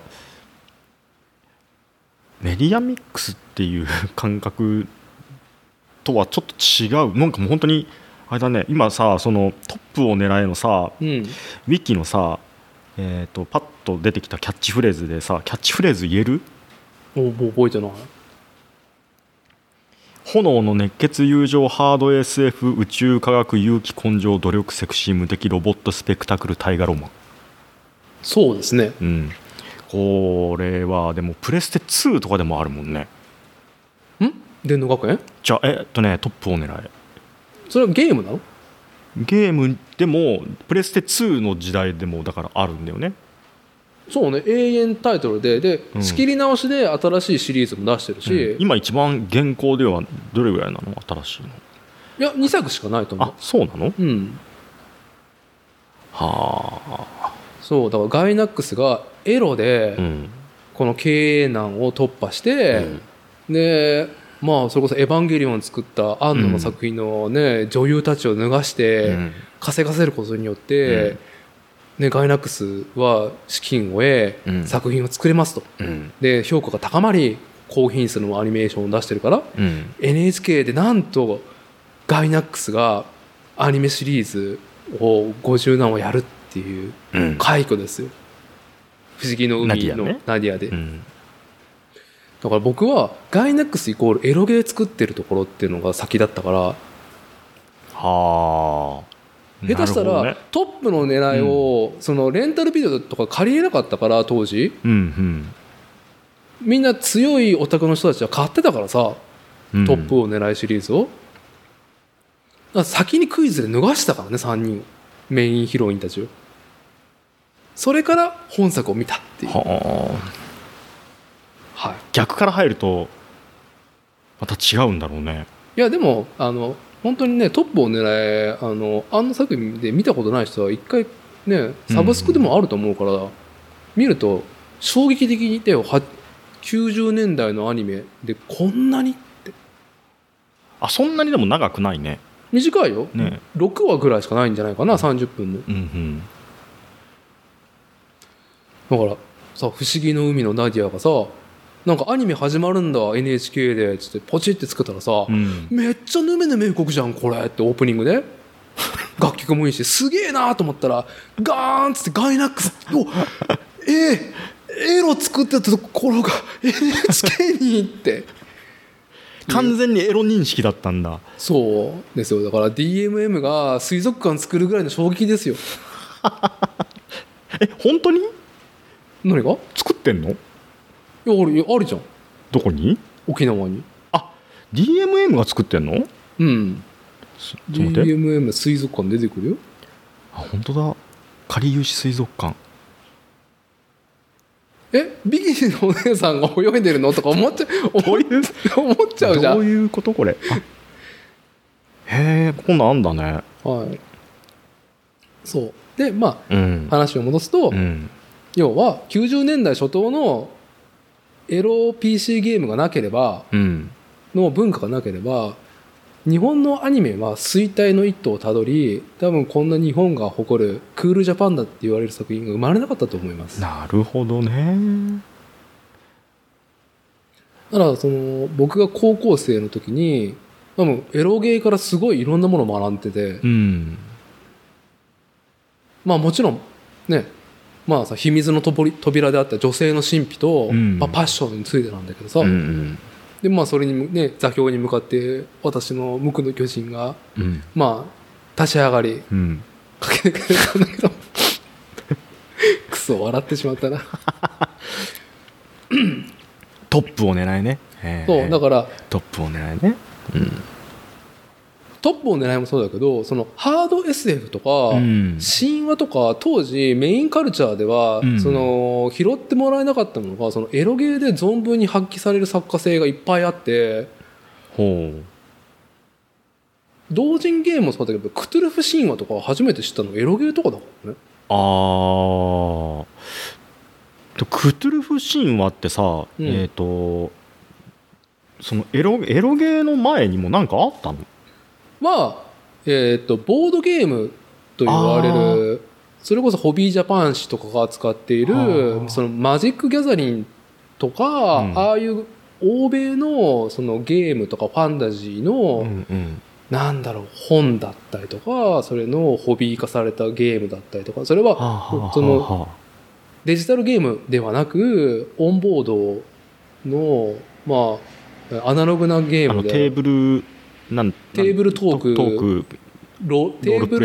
メディアミックスっていう感覚とはちょっと違う、なんかもう本当にあれだね。今さ、そのトップを狙えのさ、ウィキのさ、パッと出てきたキャッチフレーズでさ、キャッチフレーズ言える？ もう覚えてない。 炎の熱血友情ハード SF 宇宙科学勇気根性努力セクシー無敵ロボットスペクタクル大河ロマン。 そうですね。 これはでもプレステ2とかでもあるもんね。 電脳学園？ じゃあトップを狙え。 それはゲームなの？ ゲームでもプレステ2の時代でもだからあるんだよね。 そうね、永遠タイトルで、仕切り直しで新しいシリーズも出してるし、 今一番現行ではどれぐらいなの？新しいの。 いや2作しかないと思う。 あ、そうなの？ そうだからガイナックスがエロで、この経営難を突破して、でまあそれこそエヴァンゲリオン作った庵野の作品のね、女優たちを脱がして稼がせることによって、ガイナックスは資金を得、作品を作れますと、で評価が高まり高品質のアニメーションを出してるから、NHK でなんとガイナックスがアニメシリーズを50何話やるっていう快挙ですよ、不思議の海のナディアで、だから僕はガイナックスイコールエロゲー作ってるところっていうのが先だったから、下手したらトップの狙いを、そのレンタルビデオとか借りれなかったから当時、みんな強いオタクの人たちは買ってたからさ、トップを狙いシリーズを、だから先にクイズで脱がしたからね、3人メインヒロインたちを。それから本作を見たっていう。 逆から入るとまた違うんだろうね。 いやでも本当にね、トップを狙えあの作品で見たことない人は一回ね、サブスクでもあると思うから、見ると衝撃的にて、90年代のアニメでこんなにって。 そんなにでも長くないね。 短いよ、6話ぐらいしかないんじゃないかな、30分の、だからさ、不思議の海のナディアがさ、 なんかアニメ始まるんだ NHK でつってポチってつけたらさ、めっちゃヌメヌメ動くじゃんこれってオープニングで楽曲もいいしすげえなと思ったらガーンっつってガイナックスエロ作ってたところが NHK に行って完全にエロ認識だったんだ。 そうですよ。だから DMM が水族館作るぐらいの衝撃ですよ本当に何が作ってんの？いやあるじゃん。 どこに？ 沖縄に。 DMM が作ってんの？ うん。DMM 水族館出てくるよ。 本当だ。か有志水族館。 ビキニのお姉さんが泳いでるのとか思っちゃうじゃん。 どういうことこれ。へえ、こんなんあんだね。 はい。そうで話を戻すと、要は90年代初頭のエロ PC ゲームがなければ、の文化がなければ日本のアニメは衰退の一途をたどり、多分こんな日本が誇るクールジャパンだって言われる作品が生まれなかったと思います。 なるほどね。 だから僕が高校生の時に多分エロゲーからすごいいろんなものを学んでて、もちろんね秘密の扉であった女性の神秘と、パッションについてなんだけどさ、でそれにね座標に向かって私の無垢の巨人が、立ち上がり、駆け抜けたんだけどクソ笑ってしまったなトップを狙いね。 そうだからトップを狙いね。 トップを狙いもそうだけどハード SF とか、神話とか当時メインカルチャーでは、拾ってもらえなかったものがエロゲーで存分に発揮される作家性がいっぱいあって、同人ゲームもそうだけどクトゥルフ神話とか初めて知ったのエロゲーとかだからね。 クトゥルフ神話ってさ、そのエロゲーの前にも何かあったの？ボードゲームと言われるそれこそホビージャパン誌とかが使っているそのマジックギャザリンとか、ああいう欧米のそのゲームとかファンタジーの、本だったりとかそれのホビー化されたゲームだったりとかそれはそのデジタルゲームではなくオンボードのアナログなゲームでテーブルトークロ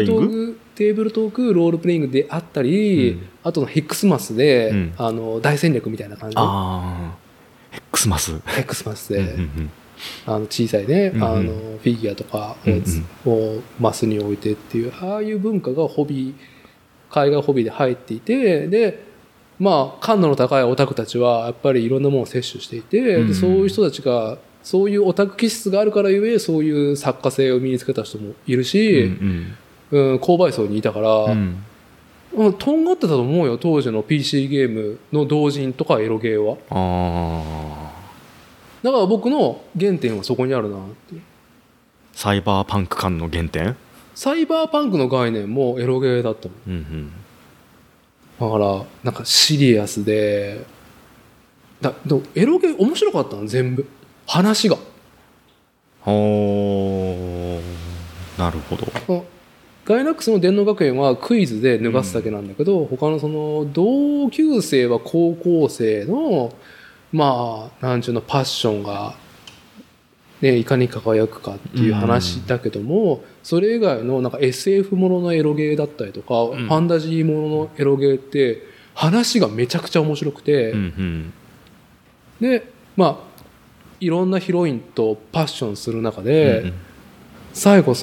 ールプレイングであったり、あとのヘックスマスで、大戦略みたいな感じでヘックスマスで小さいね、フィギュアとかをマスに置いてっていうああいう文化が海外ホビーで入っていて、で感度の高いオタクたちはやっぱりいろんなものを摂取していて、でそういう人たちがそういうオタク気質があるからゆえそういう作家性を身につけた人もいるし、購買層にいたから、とんがってたと思うよ当時の PC ゲームの同人とかエロゲーは。だから僕の原点はそこにあるなっていう。 サイバーパンク感の原点？ サイバーパンクの概念もエロゲーだったもん、だからなんかシリアスでエロゲー面白かったの全部話が。 なるほど。 ガイナックスの電脳学園はクイズで脱がすだけなんだけど、他のその同級生は高校生のなんちゅうのパッションが、いかに輝くかっていう話だけども、それ以外のなんか SF もののエロゲーだったりとか、ファンタジーもののエロゲーって話がめちゃくちゃ面白くて、でいろんなヒロインとパッションする中で、最後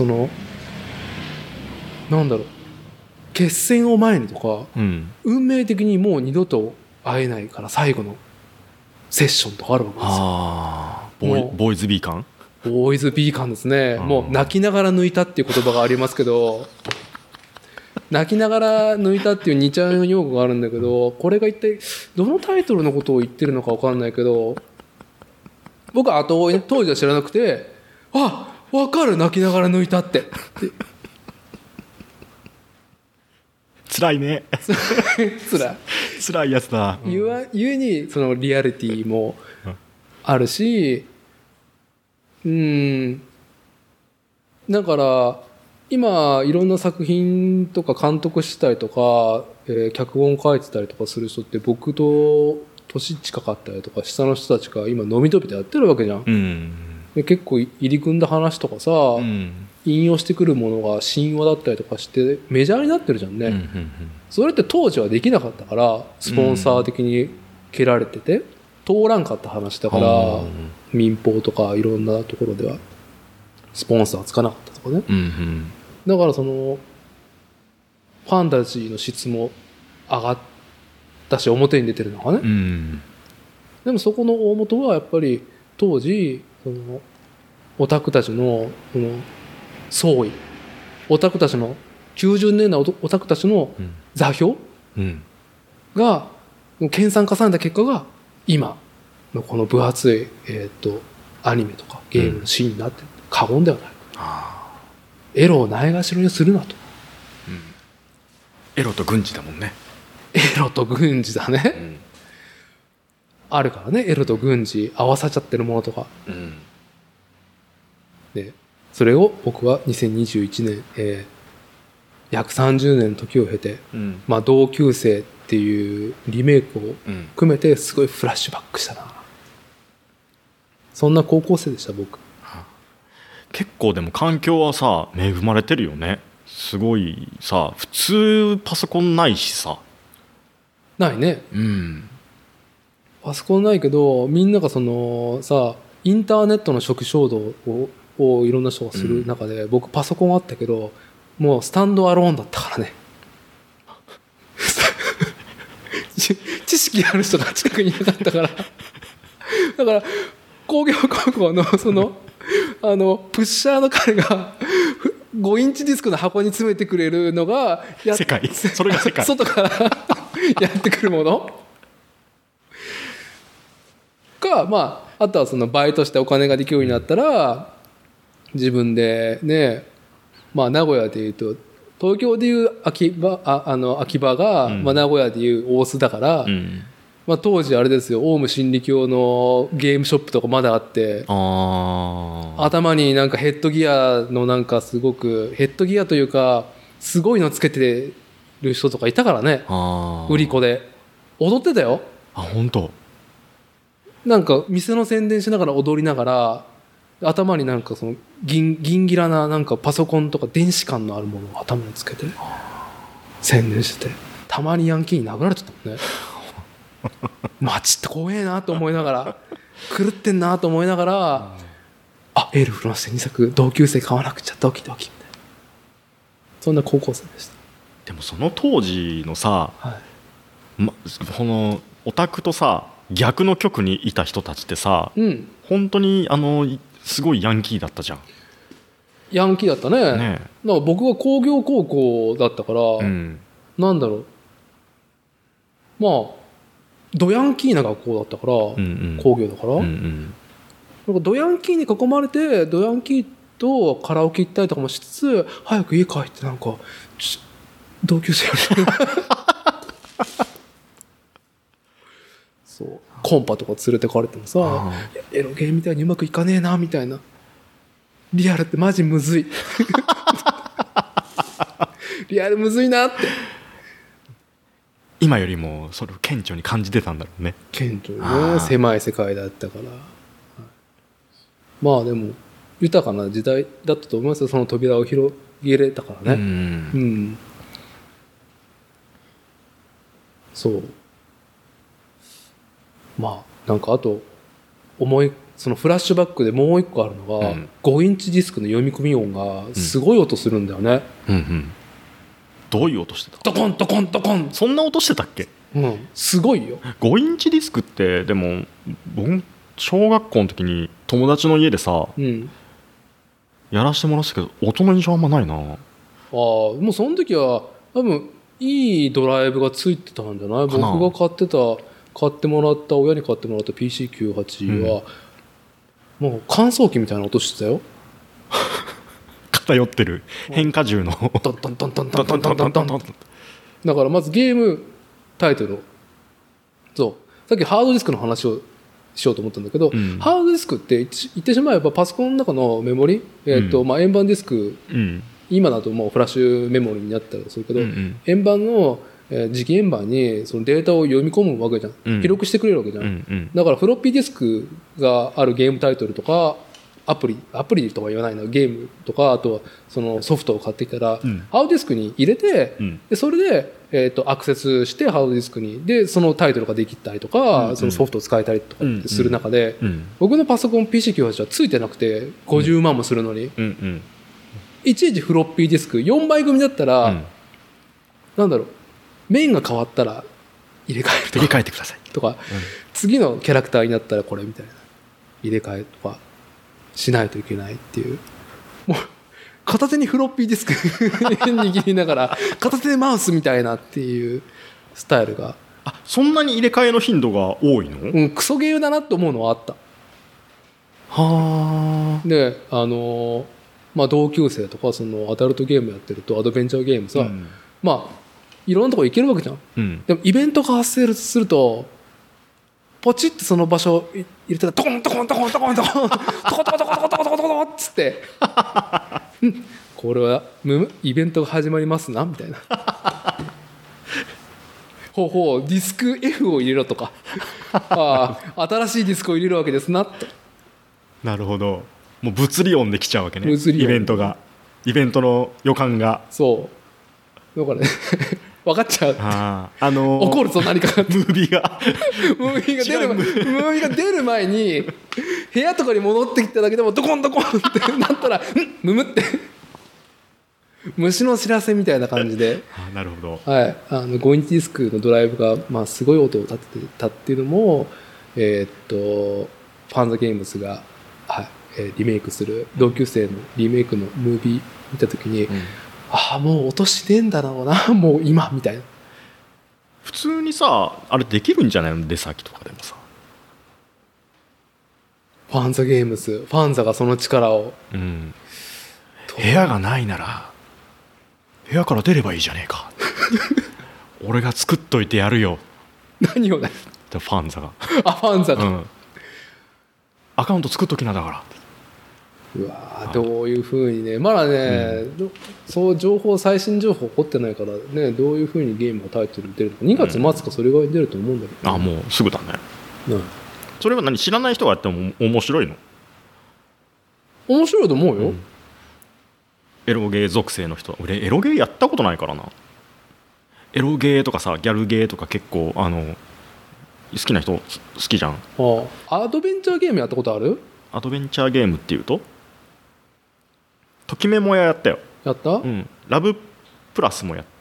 決戦を前にとか、運命的にもう二度と会えないから最後のセッションとかあるわけですよ。 ボーイズビーカン？ ボーイズビーカンですね。もう泣きながら抜いたっていう言葉がありますけど泣きながら抜いたっていう2ちゃん用語があるんだけど、これが一体どのタイトルのことを言ってるのか分かんないけど、僕は当時は知らなくて、分かる、泣きながら抜いたって辛いね辛辛いやつだ。 ゆえにそのリアリティもあるし、だから今いろんな作品とか監督したりとか、脚本書いてたりとかする人って僕と年近かったりとか下の人たちが今飲み飛びでやってるわけじゃん。で結構入り組んだ話とかさ、引用してくるものが神話だったりとかしてメジャーになってるじゃんね。それって当時はできなかったからスポンサー的に蹴られてて通らんかった話だから、民放とかいろんなところではスポンサーつかなかったとかね、だからそのファンタジーの質も上がったし表に出てるのがね、でもそこの大元はやっぱり当時そのオタクたちのその総意、オタクたちの90年代オタクたちの座標が研鑽重ねた結果が今のこの分厚い、アニメとかゲームのシーンになってる、過言ではない。エロをないがしろにするなと、 エロと軍事だもんね。 エロと軍事だね、あるからね、エロと軍事合わさっちゃってるものとか、でそれを僕は2021年、約30年の時を経て、まあ、同級生っていうリメイクを含めてすごいフラッシュバックしたな、そんな高校生でした僕。 結構でも環境はさ恵まれてるよね。すごいさ、普通パソコンないしさ。 ないね、パソコンないけどみんながそのさインターネットの初期衝動をいろんな人がする中で、僕パソコンあったけどもうスタンドアローンだったからね知識ある人が近くにいなかったからだから工業高校のそのプッシャーの彼が5インチディスクの箱に詰めてくれるのが世界、それが世界外からやってくるものか、まあ、あとはそのバイトしてお金ができるようになったら自分でね、まあ、名古屋でいうと東京でいう秋葉が、まあ、名古屋でいう大須だから、まあ、当時あれですよ、オウム真理教のゲームショップとかまだあって、頭になんかヘッドギアのなんかすごくヘッドギアというかすごいのつけてる人とかいたからね、売り子で踊ってたよ。 本当。 なんか店の宣伝しながら踊りながら頭になんかそのギンギラななんかパソコンとか電子感のあるものを頭につけて宣伝してて、たまにヤンキーに殴られてたもんね街って怖えなと思いながら狂ってんなと思いながら、エールフロンス2作同級生買わなくちゃドキドキみたいな、そんな高校生でした。 でもその当時のさ、このオタクとさ逆の局にいた人たちってさ、本当にすごいヤンキーだったじゃん。 ヤンキーだった ね。だから僕は工業高校だったから、なんだろう、まあドヤンキーな学校だったから、工業だから、なんかドヤンキーに囲まれてドヤンキーとカラオケ行ったりとかもしつつ、早く家帰ってなんか同級生よりそうコンパとか連れてかれてもさ、エロゲーみたいにうまくいかねえなみたいな、リアルってマジむずいリアルむずいなって今よりもそれを顕著に感じてたんだろうね。 顕著にね、狭い世界だったから、まあでも豊かな時代だったと思いますよ、その扉を広げれたからね。そうまあなんかあとそのフラッシュバックでもう一個あるのが、5インチディスクの読み込み音がすごい音するんだよね。 どういう音してた？ ドコンドコンドコン。 そんな音してたっけ？ すごいよ。 5インチディスクってでも僕小学校の時に友達の家でさ、やらせてもらってたけど音の印象あんまないな。 もうその時は多分いいドライブがついてたんじゃない？僕が買ってもらった親に買ってもらった PC98 は、もう乾燥機みたいな音してたよ。 偏ってる変化銃のトントントントントントントントントン。だからまずゲームタイトルをそうさっきハードディスクの話をしようと思ったんだけど、ハードディスクって言ってしまえばパソコンの中のメモリ、円盤ディスク、今だともうフラッシュメモリになったりするけど、円盤の磁気円盤にそのデータを読み込むわけじゃん、記録してくれるわけじゃん、だからフロッピーディスクがあるゲームタイトルとかアプリとは言わないな、ゲームとかあとはそのソフトを買ってきたら、ハードディスクに入れて、でそれでアクセスしてハードディスクにでそのタイトルができたりとか、そのソフトを使えたりとかする中で、僕のパソコン PC98 はついてなくて50万もするのに、いちいちフロッピーディスク4倍組だったら、なんだろう、面が変わったら入れ替えるとか、 入れ替えてくださいとか、次のキャラクターになったらこれみたいな入れ替えとかしないといけないっていう、もう片手にフロッピーディスク握りながら片手でマウスみたいなっていうスタイルが、 そんなに入れ替えの頻度が多いの？ クソゲーだなと思うのはあった。 はあ。 で同級生とかそのアダルトゲームやってるとアドベンチャーゲームさ、いろんなとこ行けるわけじゃん、でもイベントが発生するとポチッてその場所入れたらトコントコントコントコントコントコントコントコントコントコントコントコンっつってこれはイベントが始まりますなみたいなほうほうディスク F を入れろとか新しいディスクを入れるわけですなと。 なるほど、もう物理音で来ちゃうわけね、 物理音、 イベントの予感が。 そうだからね分かっちゃう、起こるぞ何かがムービーが出る前に部屋とかに戻ってきただけでもドコンドコンってなったらムムって虫の知らせみたいな感じでなるほど、 5インチディスクのドライブが、すごい音を立ててたっていうのも、ファンザゲームズが、リメイクする同級生のリメイクのムービー見たときに、もう音しねえんだろうなもう今みたいな。 普通にさあれできるんじゃないの、出先とかでもさ。 ファンザゲームズ、ファンザがその力を、 部屋がないなら部屋から出ればいいじゃねえか俺が作っといてやるよ。 何をね、 ファンザがファンザが、 アカウント作っときなだから。 うわどういうふうにね、まだね、そう最新情報起こってないからね、どういうふうにゲームがタイトル出るのか、2月末かそれぐらいに出ると思うんだけど、 もうすぐだね、それは知らない人がやっても面白いの？ 面白いと思うよ、 エロゲー属性の人。俺エロゲーやったことないからな。エロゲーとかさギャルゲーとか結構好きな人好きじゃん。 アドベンチャーゲームやったことある？ アドベンチャーゲームっていうとときメモやったよ。 やった？ ラブプラスもやった。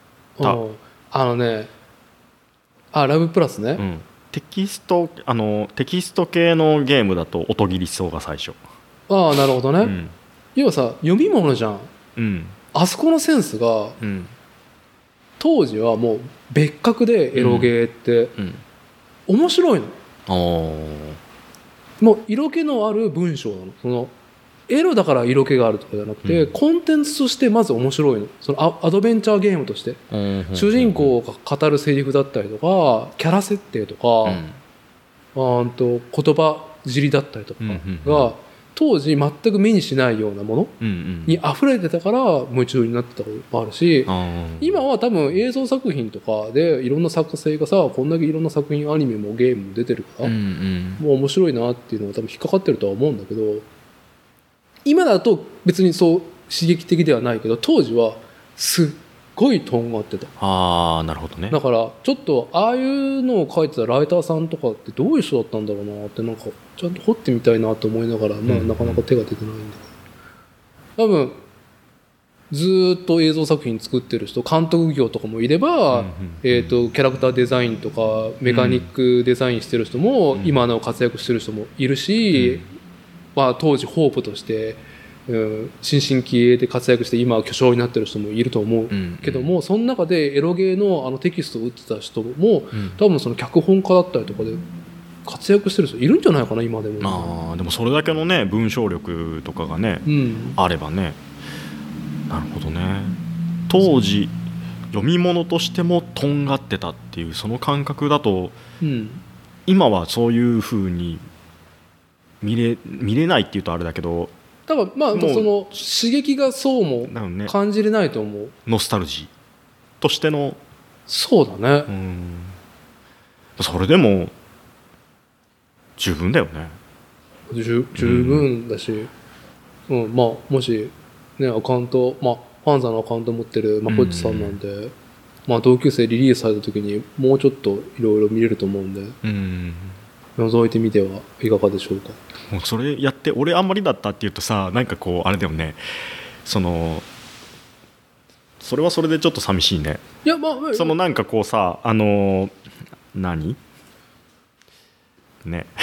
ラブプラスね、 テキスト系のゲームだと音切りそうが最初。 なるほどね、要はさ読み物じゃん、あそこのセンスが、当時はもう別格でエロゲーって、面白いの。もう色気のある文章なの。そのエロだから色気があるとかじゃなくて、コンテンツとしてまず面白いの。そのアドベンチャーゲームとして、主人公が語るセリフだったりとかキャラ設定とか、言葉尻だったりとかが、当時全く目にしないようなものに溢れてたから夢中になってたこともあるし、今は多分映像作品とかでいろんな作家性がさ、こんだけいろんな作品アニメもゲームも出てるから、もう面白いなっていうのは多分引っかかってるとは思うんだけど、今だと別にそう刺激的ではないけど、当時はすっごいとんがってた。 なるほどね。 だからちょっとああいうのを書いてたライターさんとかってどういう人だったんだろうなって、なんかちゃんと掘ってみたいなと思いながら、なかなか手が出てないんだけど、多分ずっと映像作品作ってる人、監督業とかもいれば、キャラクターデザインとかメカニックデザインしてる人も、今の活躍してる人もいるし、当時ホープとして新進気鋭で活躍して今は巨匠になってる人もいると思うけども、その中でエロゲーのテキストを打ってた人も、多分その脚本家だったりとかで活躍してる人いるんじゃないかな今でも。 でもそれだけのね文章力とかがね、あればね。なるほどね。当時読み物としてもとんがってたっていうその感覚だと、 うん、 今はそういう風に見れないっていうとあれだけど、 だからまあその刺激がそうも感じれないと思う、 ノスタルジーとしての。 そうだね、 それでも十分だよね。 十分だし、まあもしねアカウント、まあファンザのアカウント持ってるまこっちさんなんで、まあ同級生リリースされた時にもうちょっといろいろ見れると思うんで、覗いてみてはいかがでしょうか。 もうそれやって俺あんまりだったっていうとさ、なんかこうあれだよね、それはそれでちょっと寂しいね。 いやまあそのなんかこうさ何ね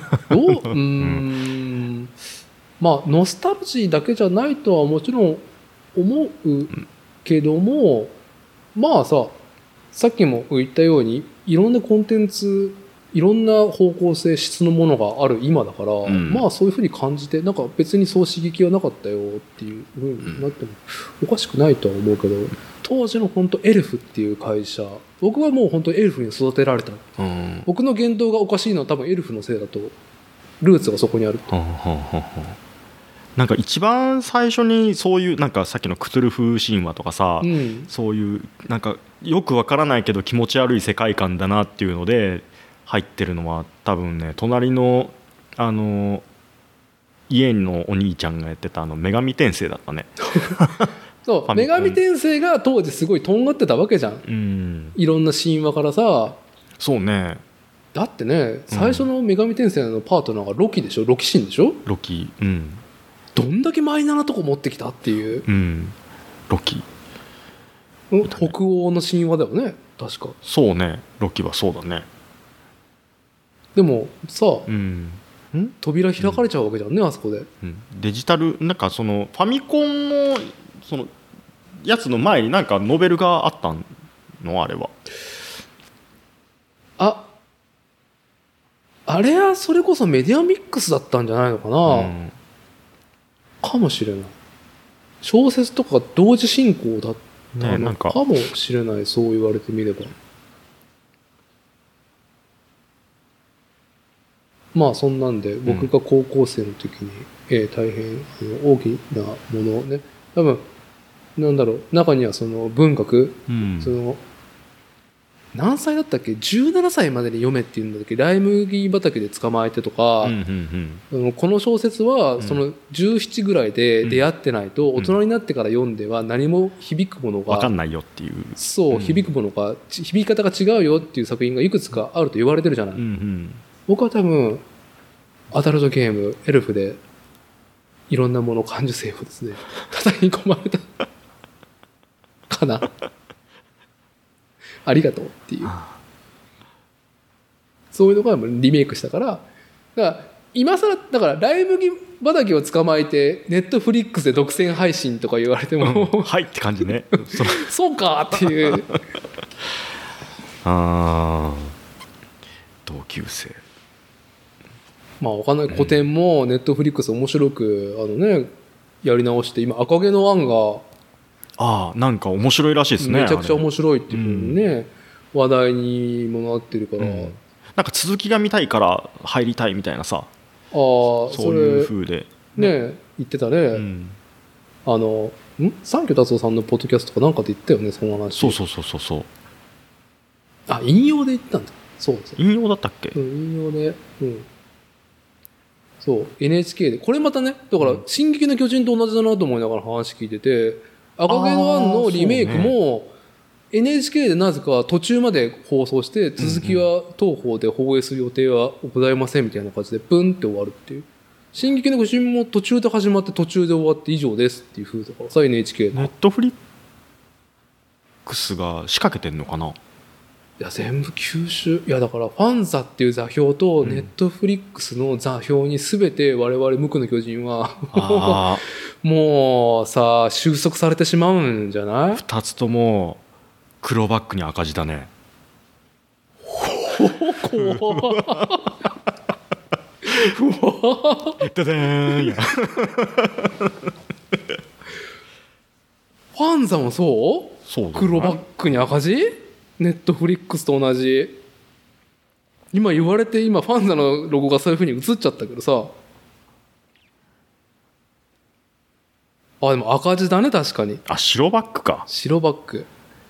まあノスタルジーだけじゃないとはもちろん思うけども、まあさっきも言ったようにいろんなコンテンツいろんな方向性質のものがある今だから、まあそういうふうに感じてなんか別にそう刺激はなかったよっていうふうになってもおかしくないとは思うけど、当時の本当エルフっていう会社、僕はもう本当エルフに育てられた、僕の言動がおかしいのは多分エルフのせいだと、ルーツがそこにあると。 なんか一番最初にそういうなんかさっきのクトゥルフ神話とかさ、そういうなんかよくわからないけど気持ち悪い世界観だなっていうので入ってるのは多分ね、隣の家のお兄ちゃんがやってた女神転生だったねそう女神転生が当時すごいとんがってたわけじゃん、いろんな神話からさ。 そうね、 だってね最初の女神転生のパートナーがロキでしょ、ロキ神でしょ、 ロキ、 どんだけマイナーなとこ持ってきたっていう、 ロキ、 北欧の神話だよね確か。 そうね、ロキはそうだね。 でもさ、扉開かれちゃうわけじゃんね、あそこで、 デジタルなんかそのファミコンのそのやつの前になんかノベルがあったの、あれは。 あれはそれこそメディアミックスだったんじゃないのかな、かもしれない。小説とか同時進行だったのかもしれない、そう言われてみれば。まあそんなんで僕が高校生の時に、大変大きなものをね、多分なんだろう、中にはその文学、その何歳だったっけ、17歳までに読めっていうんだっけ、ライ麦畑で捕まえてとか、この小説はその17ぐらいで出会ってないと大人になってから読んでは何も響くものが分かんないよっていう、 そう響くものが響き方が違うよっていう作品がいくつかあると言われてるじゃない。僕は多分アダルトゲームエルフでいろんなもの感受性をですね叩き込まれたかなありがとうっていう、そういうのがリメイクしたから、だから今更だからライ麦畑を捕まえてネットフリックスで独占配信とか言われても、 はいって感じねそうかっていう同級生、 まあわかんない、古典もネットフリックス面白くやり直して、今赤毛のアンがなんか面白いらしいですね。 めちゃくちゃ面白いっていうふうにね、話題にもなってるから、 なんか続きが見たいから入りたいみたいなさ、そういう風でね言ってたね、三居達夫さんのポッドキャストかなんかで言ったよね、その話。 そう引用で言ったんだ。そうです、 引用だったっけ、 引用で、そう NHK でこれまたね、だから「進撃の巨人」と同じだなと思いながら話聞いてて、赤毛のアンのリメイクも NHK でなぜか途中まで放送して続きは当方で放映する予定はございませんみたいな感じでプンって終わるっていう。進撃の巨人も途中で始まって途中で終わって以上ですっていう風だからさ、 NHK ネットフリックスが仕掛けてんのかな。 いや全部吸収、いやだからファンザっていう座標とネットフリックスの座標に全て我々無垢の巨人はもうさ収束されてしまうんじゃない。 2つとも黒バックに赤字だね。ダダーンやファンザもそうそうだね、 黒バックに赤字？ネットフリックスと同じ。今言われて、今ファンザのロゴがそういう風に映っちゃったけどさ、でも赤字だね、確かに。 白バックか。 白バック。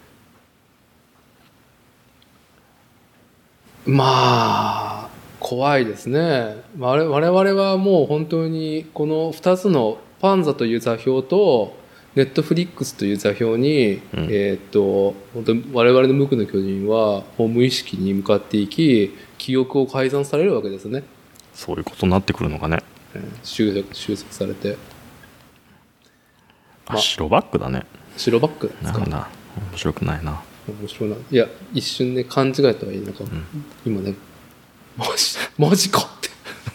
まあ怖いですね。我々はもう本当にこの2つのファンザという座標とネットフリックスという座標に、本当に我々の無垢の巨人は無意識に向かっていき、記憶を改ざんされるわけですね。 そういうことになってくるのかね。 収束されて。 白バックだね。 白バックですか。 なんだ、面白くないな。 面白いな。いや、一瞬ね、勘違えたはいいのか、今ね、マジかって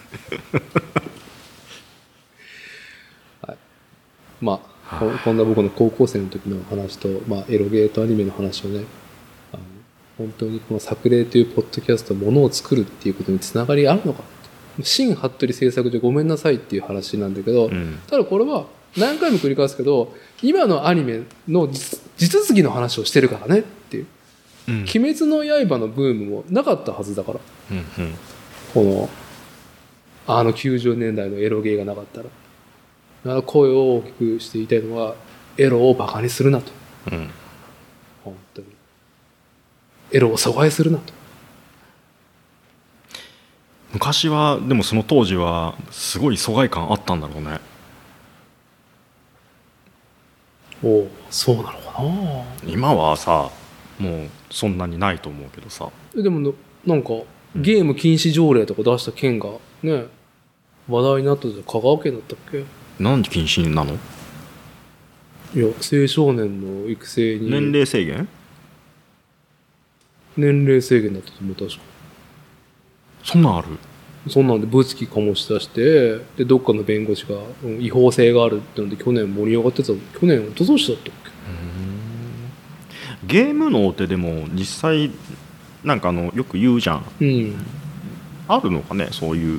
はい、まあこんな僕の高校生の時の話と、エロゲーとアニメの話をね、本当にこの作例というポッドキャストものを作るっていうことにつながりあるのか、新服部製作所ごめんなさいっていう話なんだけど、ただこれは何回も繰り返すけど、今のアニメの地続きの話をしてるからねっていう、鬼滅の刃のブームもなかったはずだから、この90年代のエロゲーがなかったら、声を大きくして言いたいのは、エロをバカにするなと、本当にエロを阻害するなと。 昔はでもその当時はすごい疎外感あったんだろうね。 そうなのかな。 今はさ、もうそんなにないと思うけどさ。 でもなんかゲーム禁止条例とか出した県がね、話題になったじゃん。香川県だったっけ。 なんで禁止なの？ いや、青少年の育成に年齢制限？ 年齢制限だったと思う。確かそんなんある？ そんなんで物議醸し出して、でどっかの弁護士が違法性があるってので去年盛り上がってた。去年一昨年だったっけ。 ゲームの手でも実際なんかよく言うじゃん、あるのかね、そういう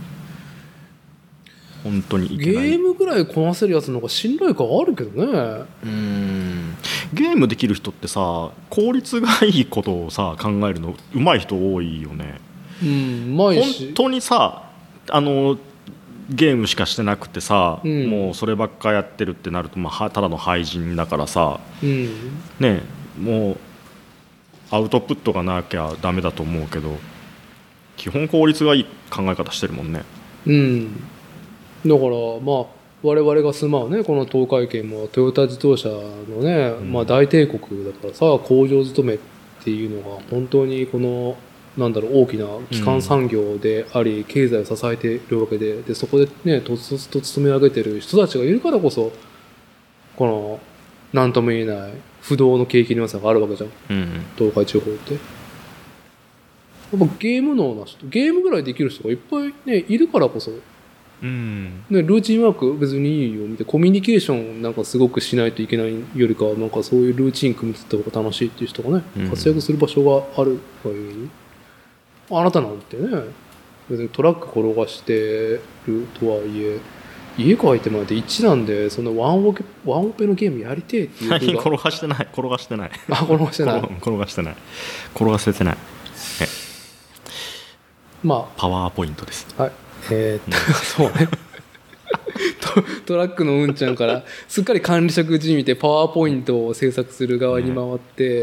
本当にいけない。 ゲームぐらいこなせるやつの方が信頼感あるけどね。 ゲームできる人ってさ、効率がいいことをさ考えるの上手い人多いよね。本当にさ、ゲームしかしてなくてさ、もうそればっかやってるってなると、ただの廃人だからさ、ね、もうアウトプットがなきゃダメだと思うけど、基本効率がいい考え方してるもんね。 だから我々が住まうね、この東海圏もトヨタ自動車のね、大帝国だからさ、工場勤めっていうのが本当にこの大きな基幹産業であり、経済を支えているわけで、そこでねとつとつと勤め上げてる人たちがいるからこそ、この何とも言えない不動の景気の良さがあるわけじゃん、東海地方って。やっぱゲーム脳な人、ゲームぐらいできる人がいっぱいねいるからこそ、ルーチンワーク別にいいよみたいな、コミュニケーションなんかすごくしないといけないよりかは、なんかそういうルーチン組み立てた方が楽しいっていう人がね、活躍する場所があるがゆえに、あなたなんてね、別にトラック転がしてるとはいえ、家帰ってまで1なんで、そのワンオペのゲームやりてえっていう風が。 転がしてない。転がしてない。 転がしてない。 転がしてない。転がせてない。パワーポイントです。 はい。そうね。トラックのうんちゃんからすっかり管理職地味でパワーポイントを制作する側に回って、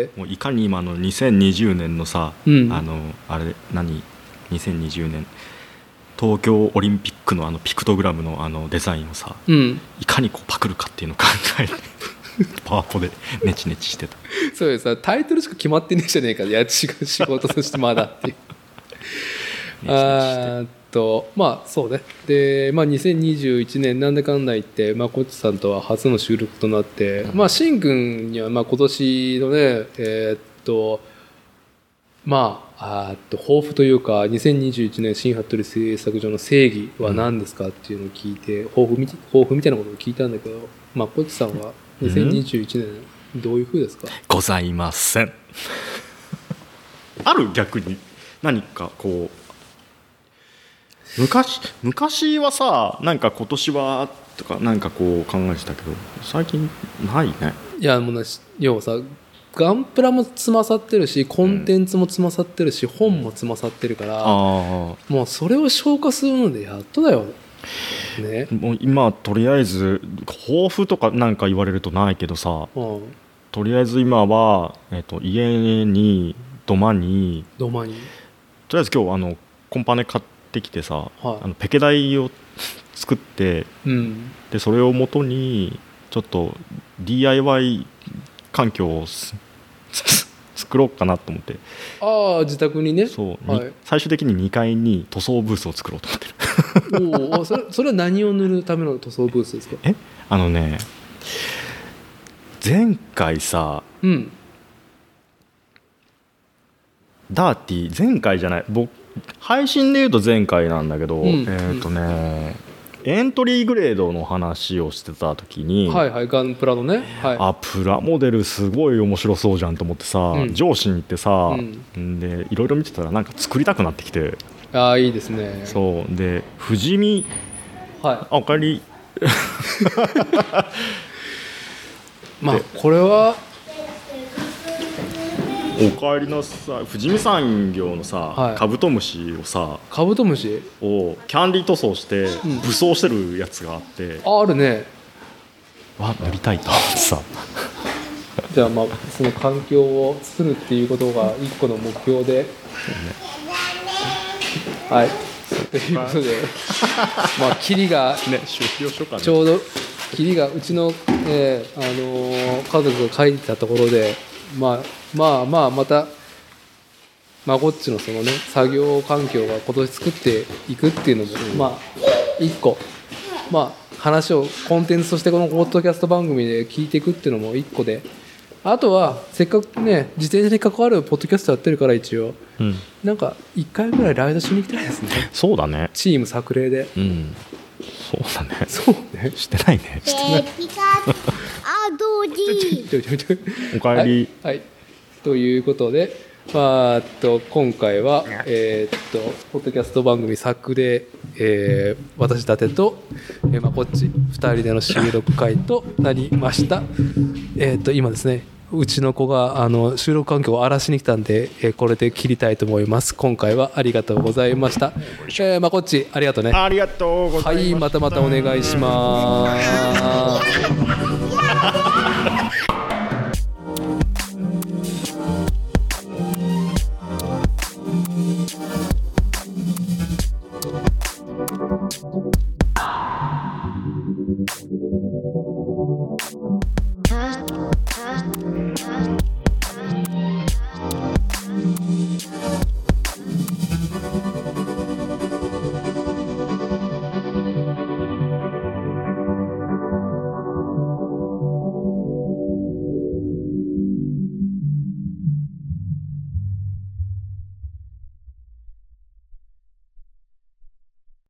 もういかに今の2020年のさ、あれ2020年東京オリンピックのピクトグラムのデザインをさ、いかにこうパクるかっていうのを考えてパワポでネチネチしてた。 そうです。タイトルしか決まってねえじゃねえか、違う仕事としてまだっていうそうね。で、2021年なんだかんだ言って、コッチさんとは初の収録となって、シン君には今年のね、抱負というか、2021年新服部製作所の正義は何ですかっていうのを聞いて、抱負みたいなことを聞いたんだけど、コッチさんは2021年どういう風ですか？ ございません。ある？逆に何かこう昔はさ、なんか今年はとかなんかこう考えてたけど、最近ないね。 いやもう要はさガンプラもつまさってるしコンテンツもつまさってるし、本もつまさってるから、もうそれを消化するのでやっとだよ、ね、 もう今とりあえず抱負とかなんか言われるとないけどさ、とりあえず今は、家に土間にとりあえず今日コンパネ買ってきてさ、ペケ台を作って、でそれをもとにちょっと DIY 環境を作ろうかなと思って。 自宅にね。 そう、最終的に2階に塗装ブースを作ろうと思ってる。 それは何を塗るための塗装ブースですか？ 前回さ、ダーティー前回じゃない、僕配信で言うと前回なんだけど、エントリーグレードの話をしてた時に、 ガンプラのね、 プラモデルすごい面白そうじゃんと思ってさ、上司に行ってさ、でいろいろ見てたらなんか作りたくなってきて。 いいですね。 そうで富士見、おかえりこれはおかえりなさい。富士見産業のさ、カブトムシをさ、 カブトムシをキャンディー塗装して武装してるやつがあって、 あるね。 塗りたいと思ってさ。 じゃあその環境を作るっていうことが一個の目標で、ということで霧がちょうど霧がうちの家族が書いてたところで、またまこっちのそのね作業環境が今年作っていくっていうのも一個話をコンテンツとしてこのポッドキャスト番組で聞いていくっていうのも一個で、あとはせっかくね自転車に関わるポッドキャストやってるから一応、なんか1回ぐらいライドしに行きたいですね。 そうだね。 チーム作例で。 そうだね。 そうね。 してないね。してない。おかえり。 ということで、今回はポッドキャスト番組作例、私立てとまこっち2人での収録会となりました。今ですね、うちの子が収録環境を荒らしに来たんで、これで切りたいと思います。今回はありがとうございました。まこっちありがとうね。 ありがとうございます。 またお願いします。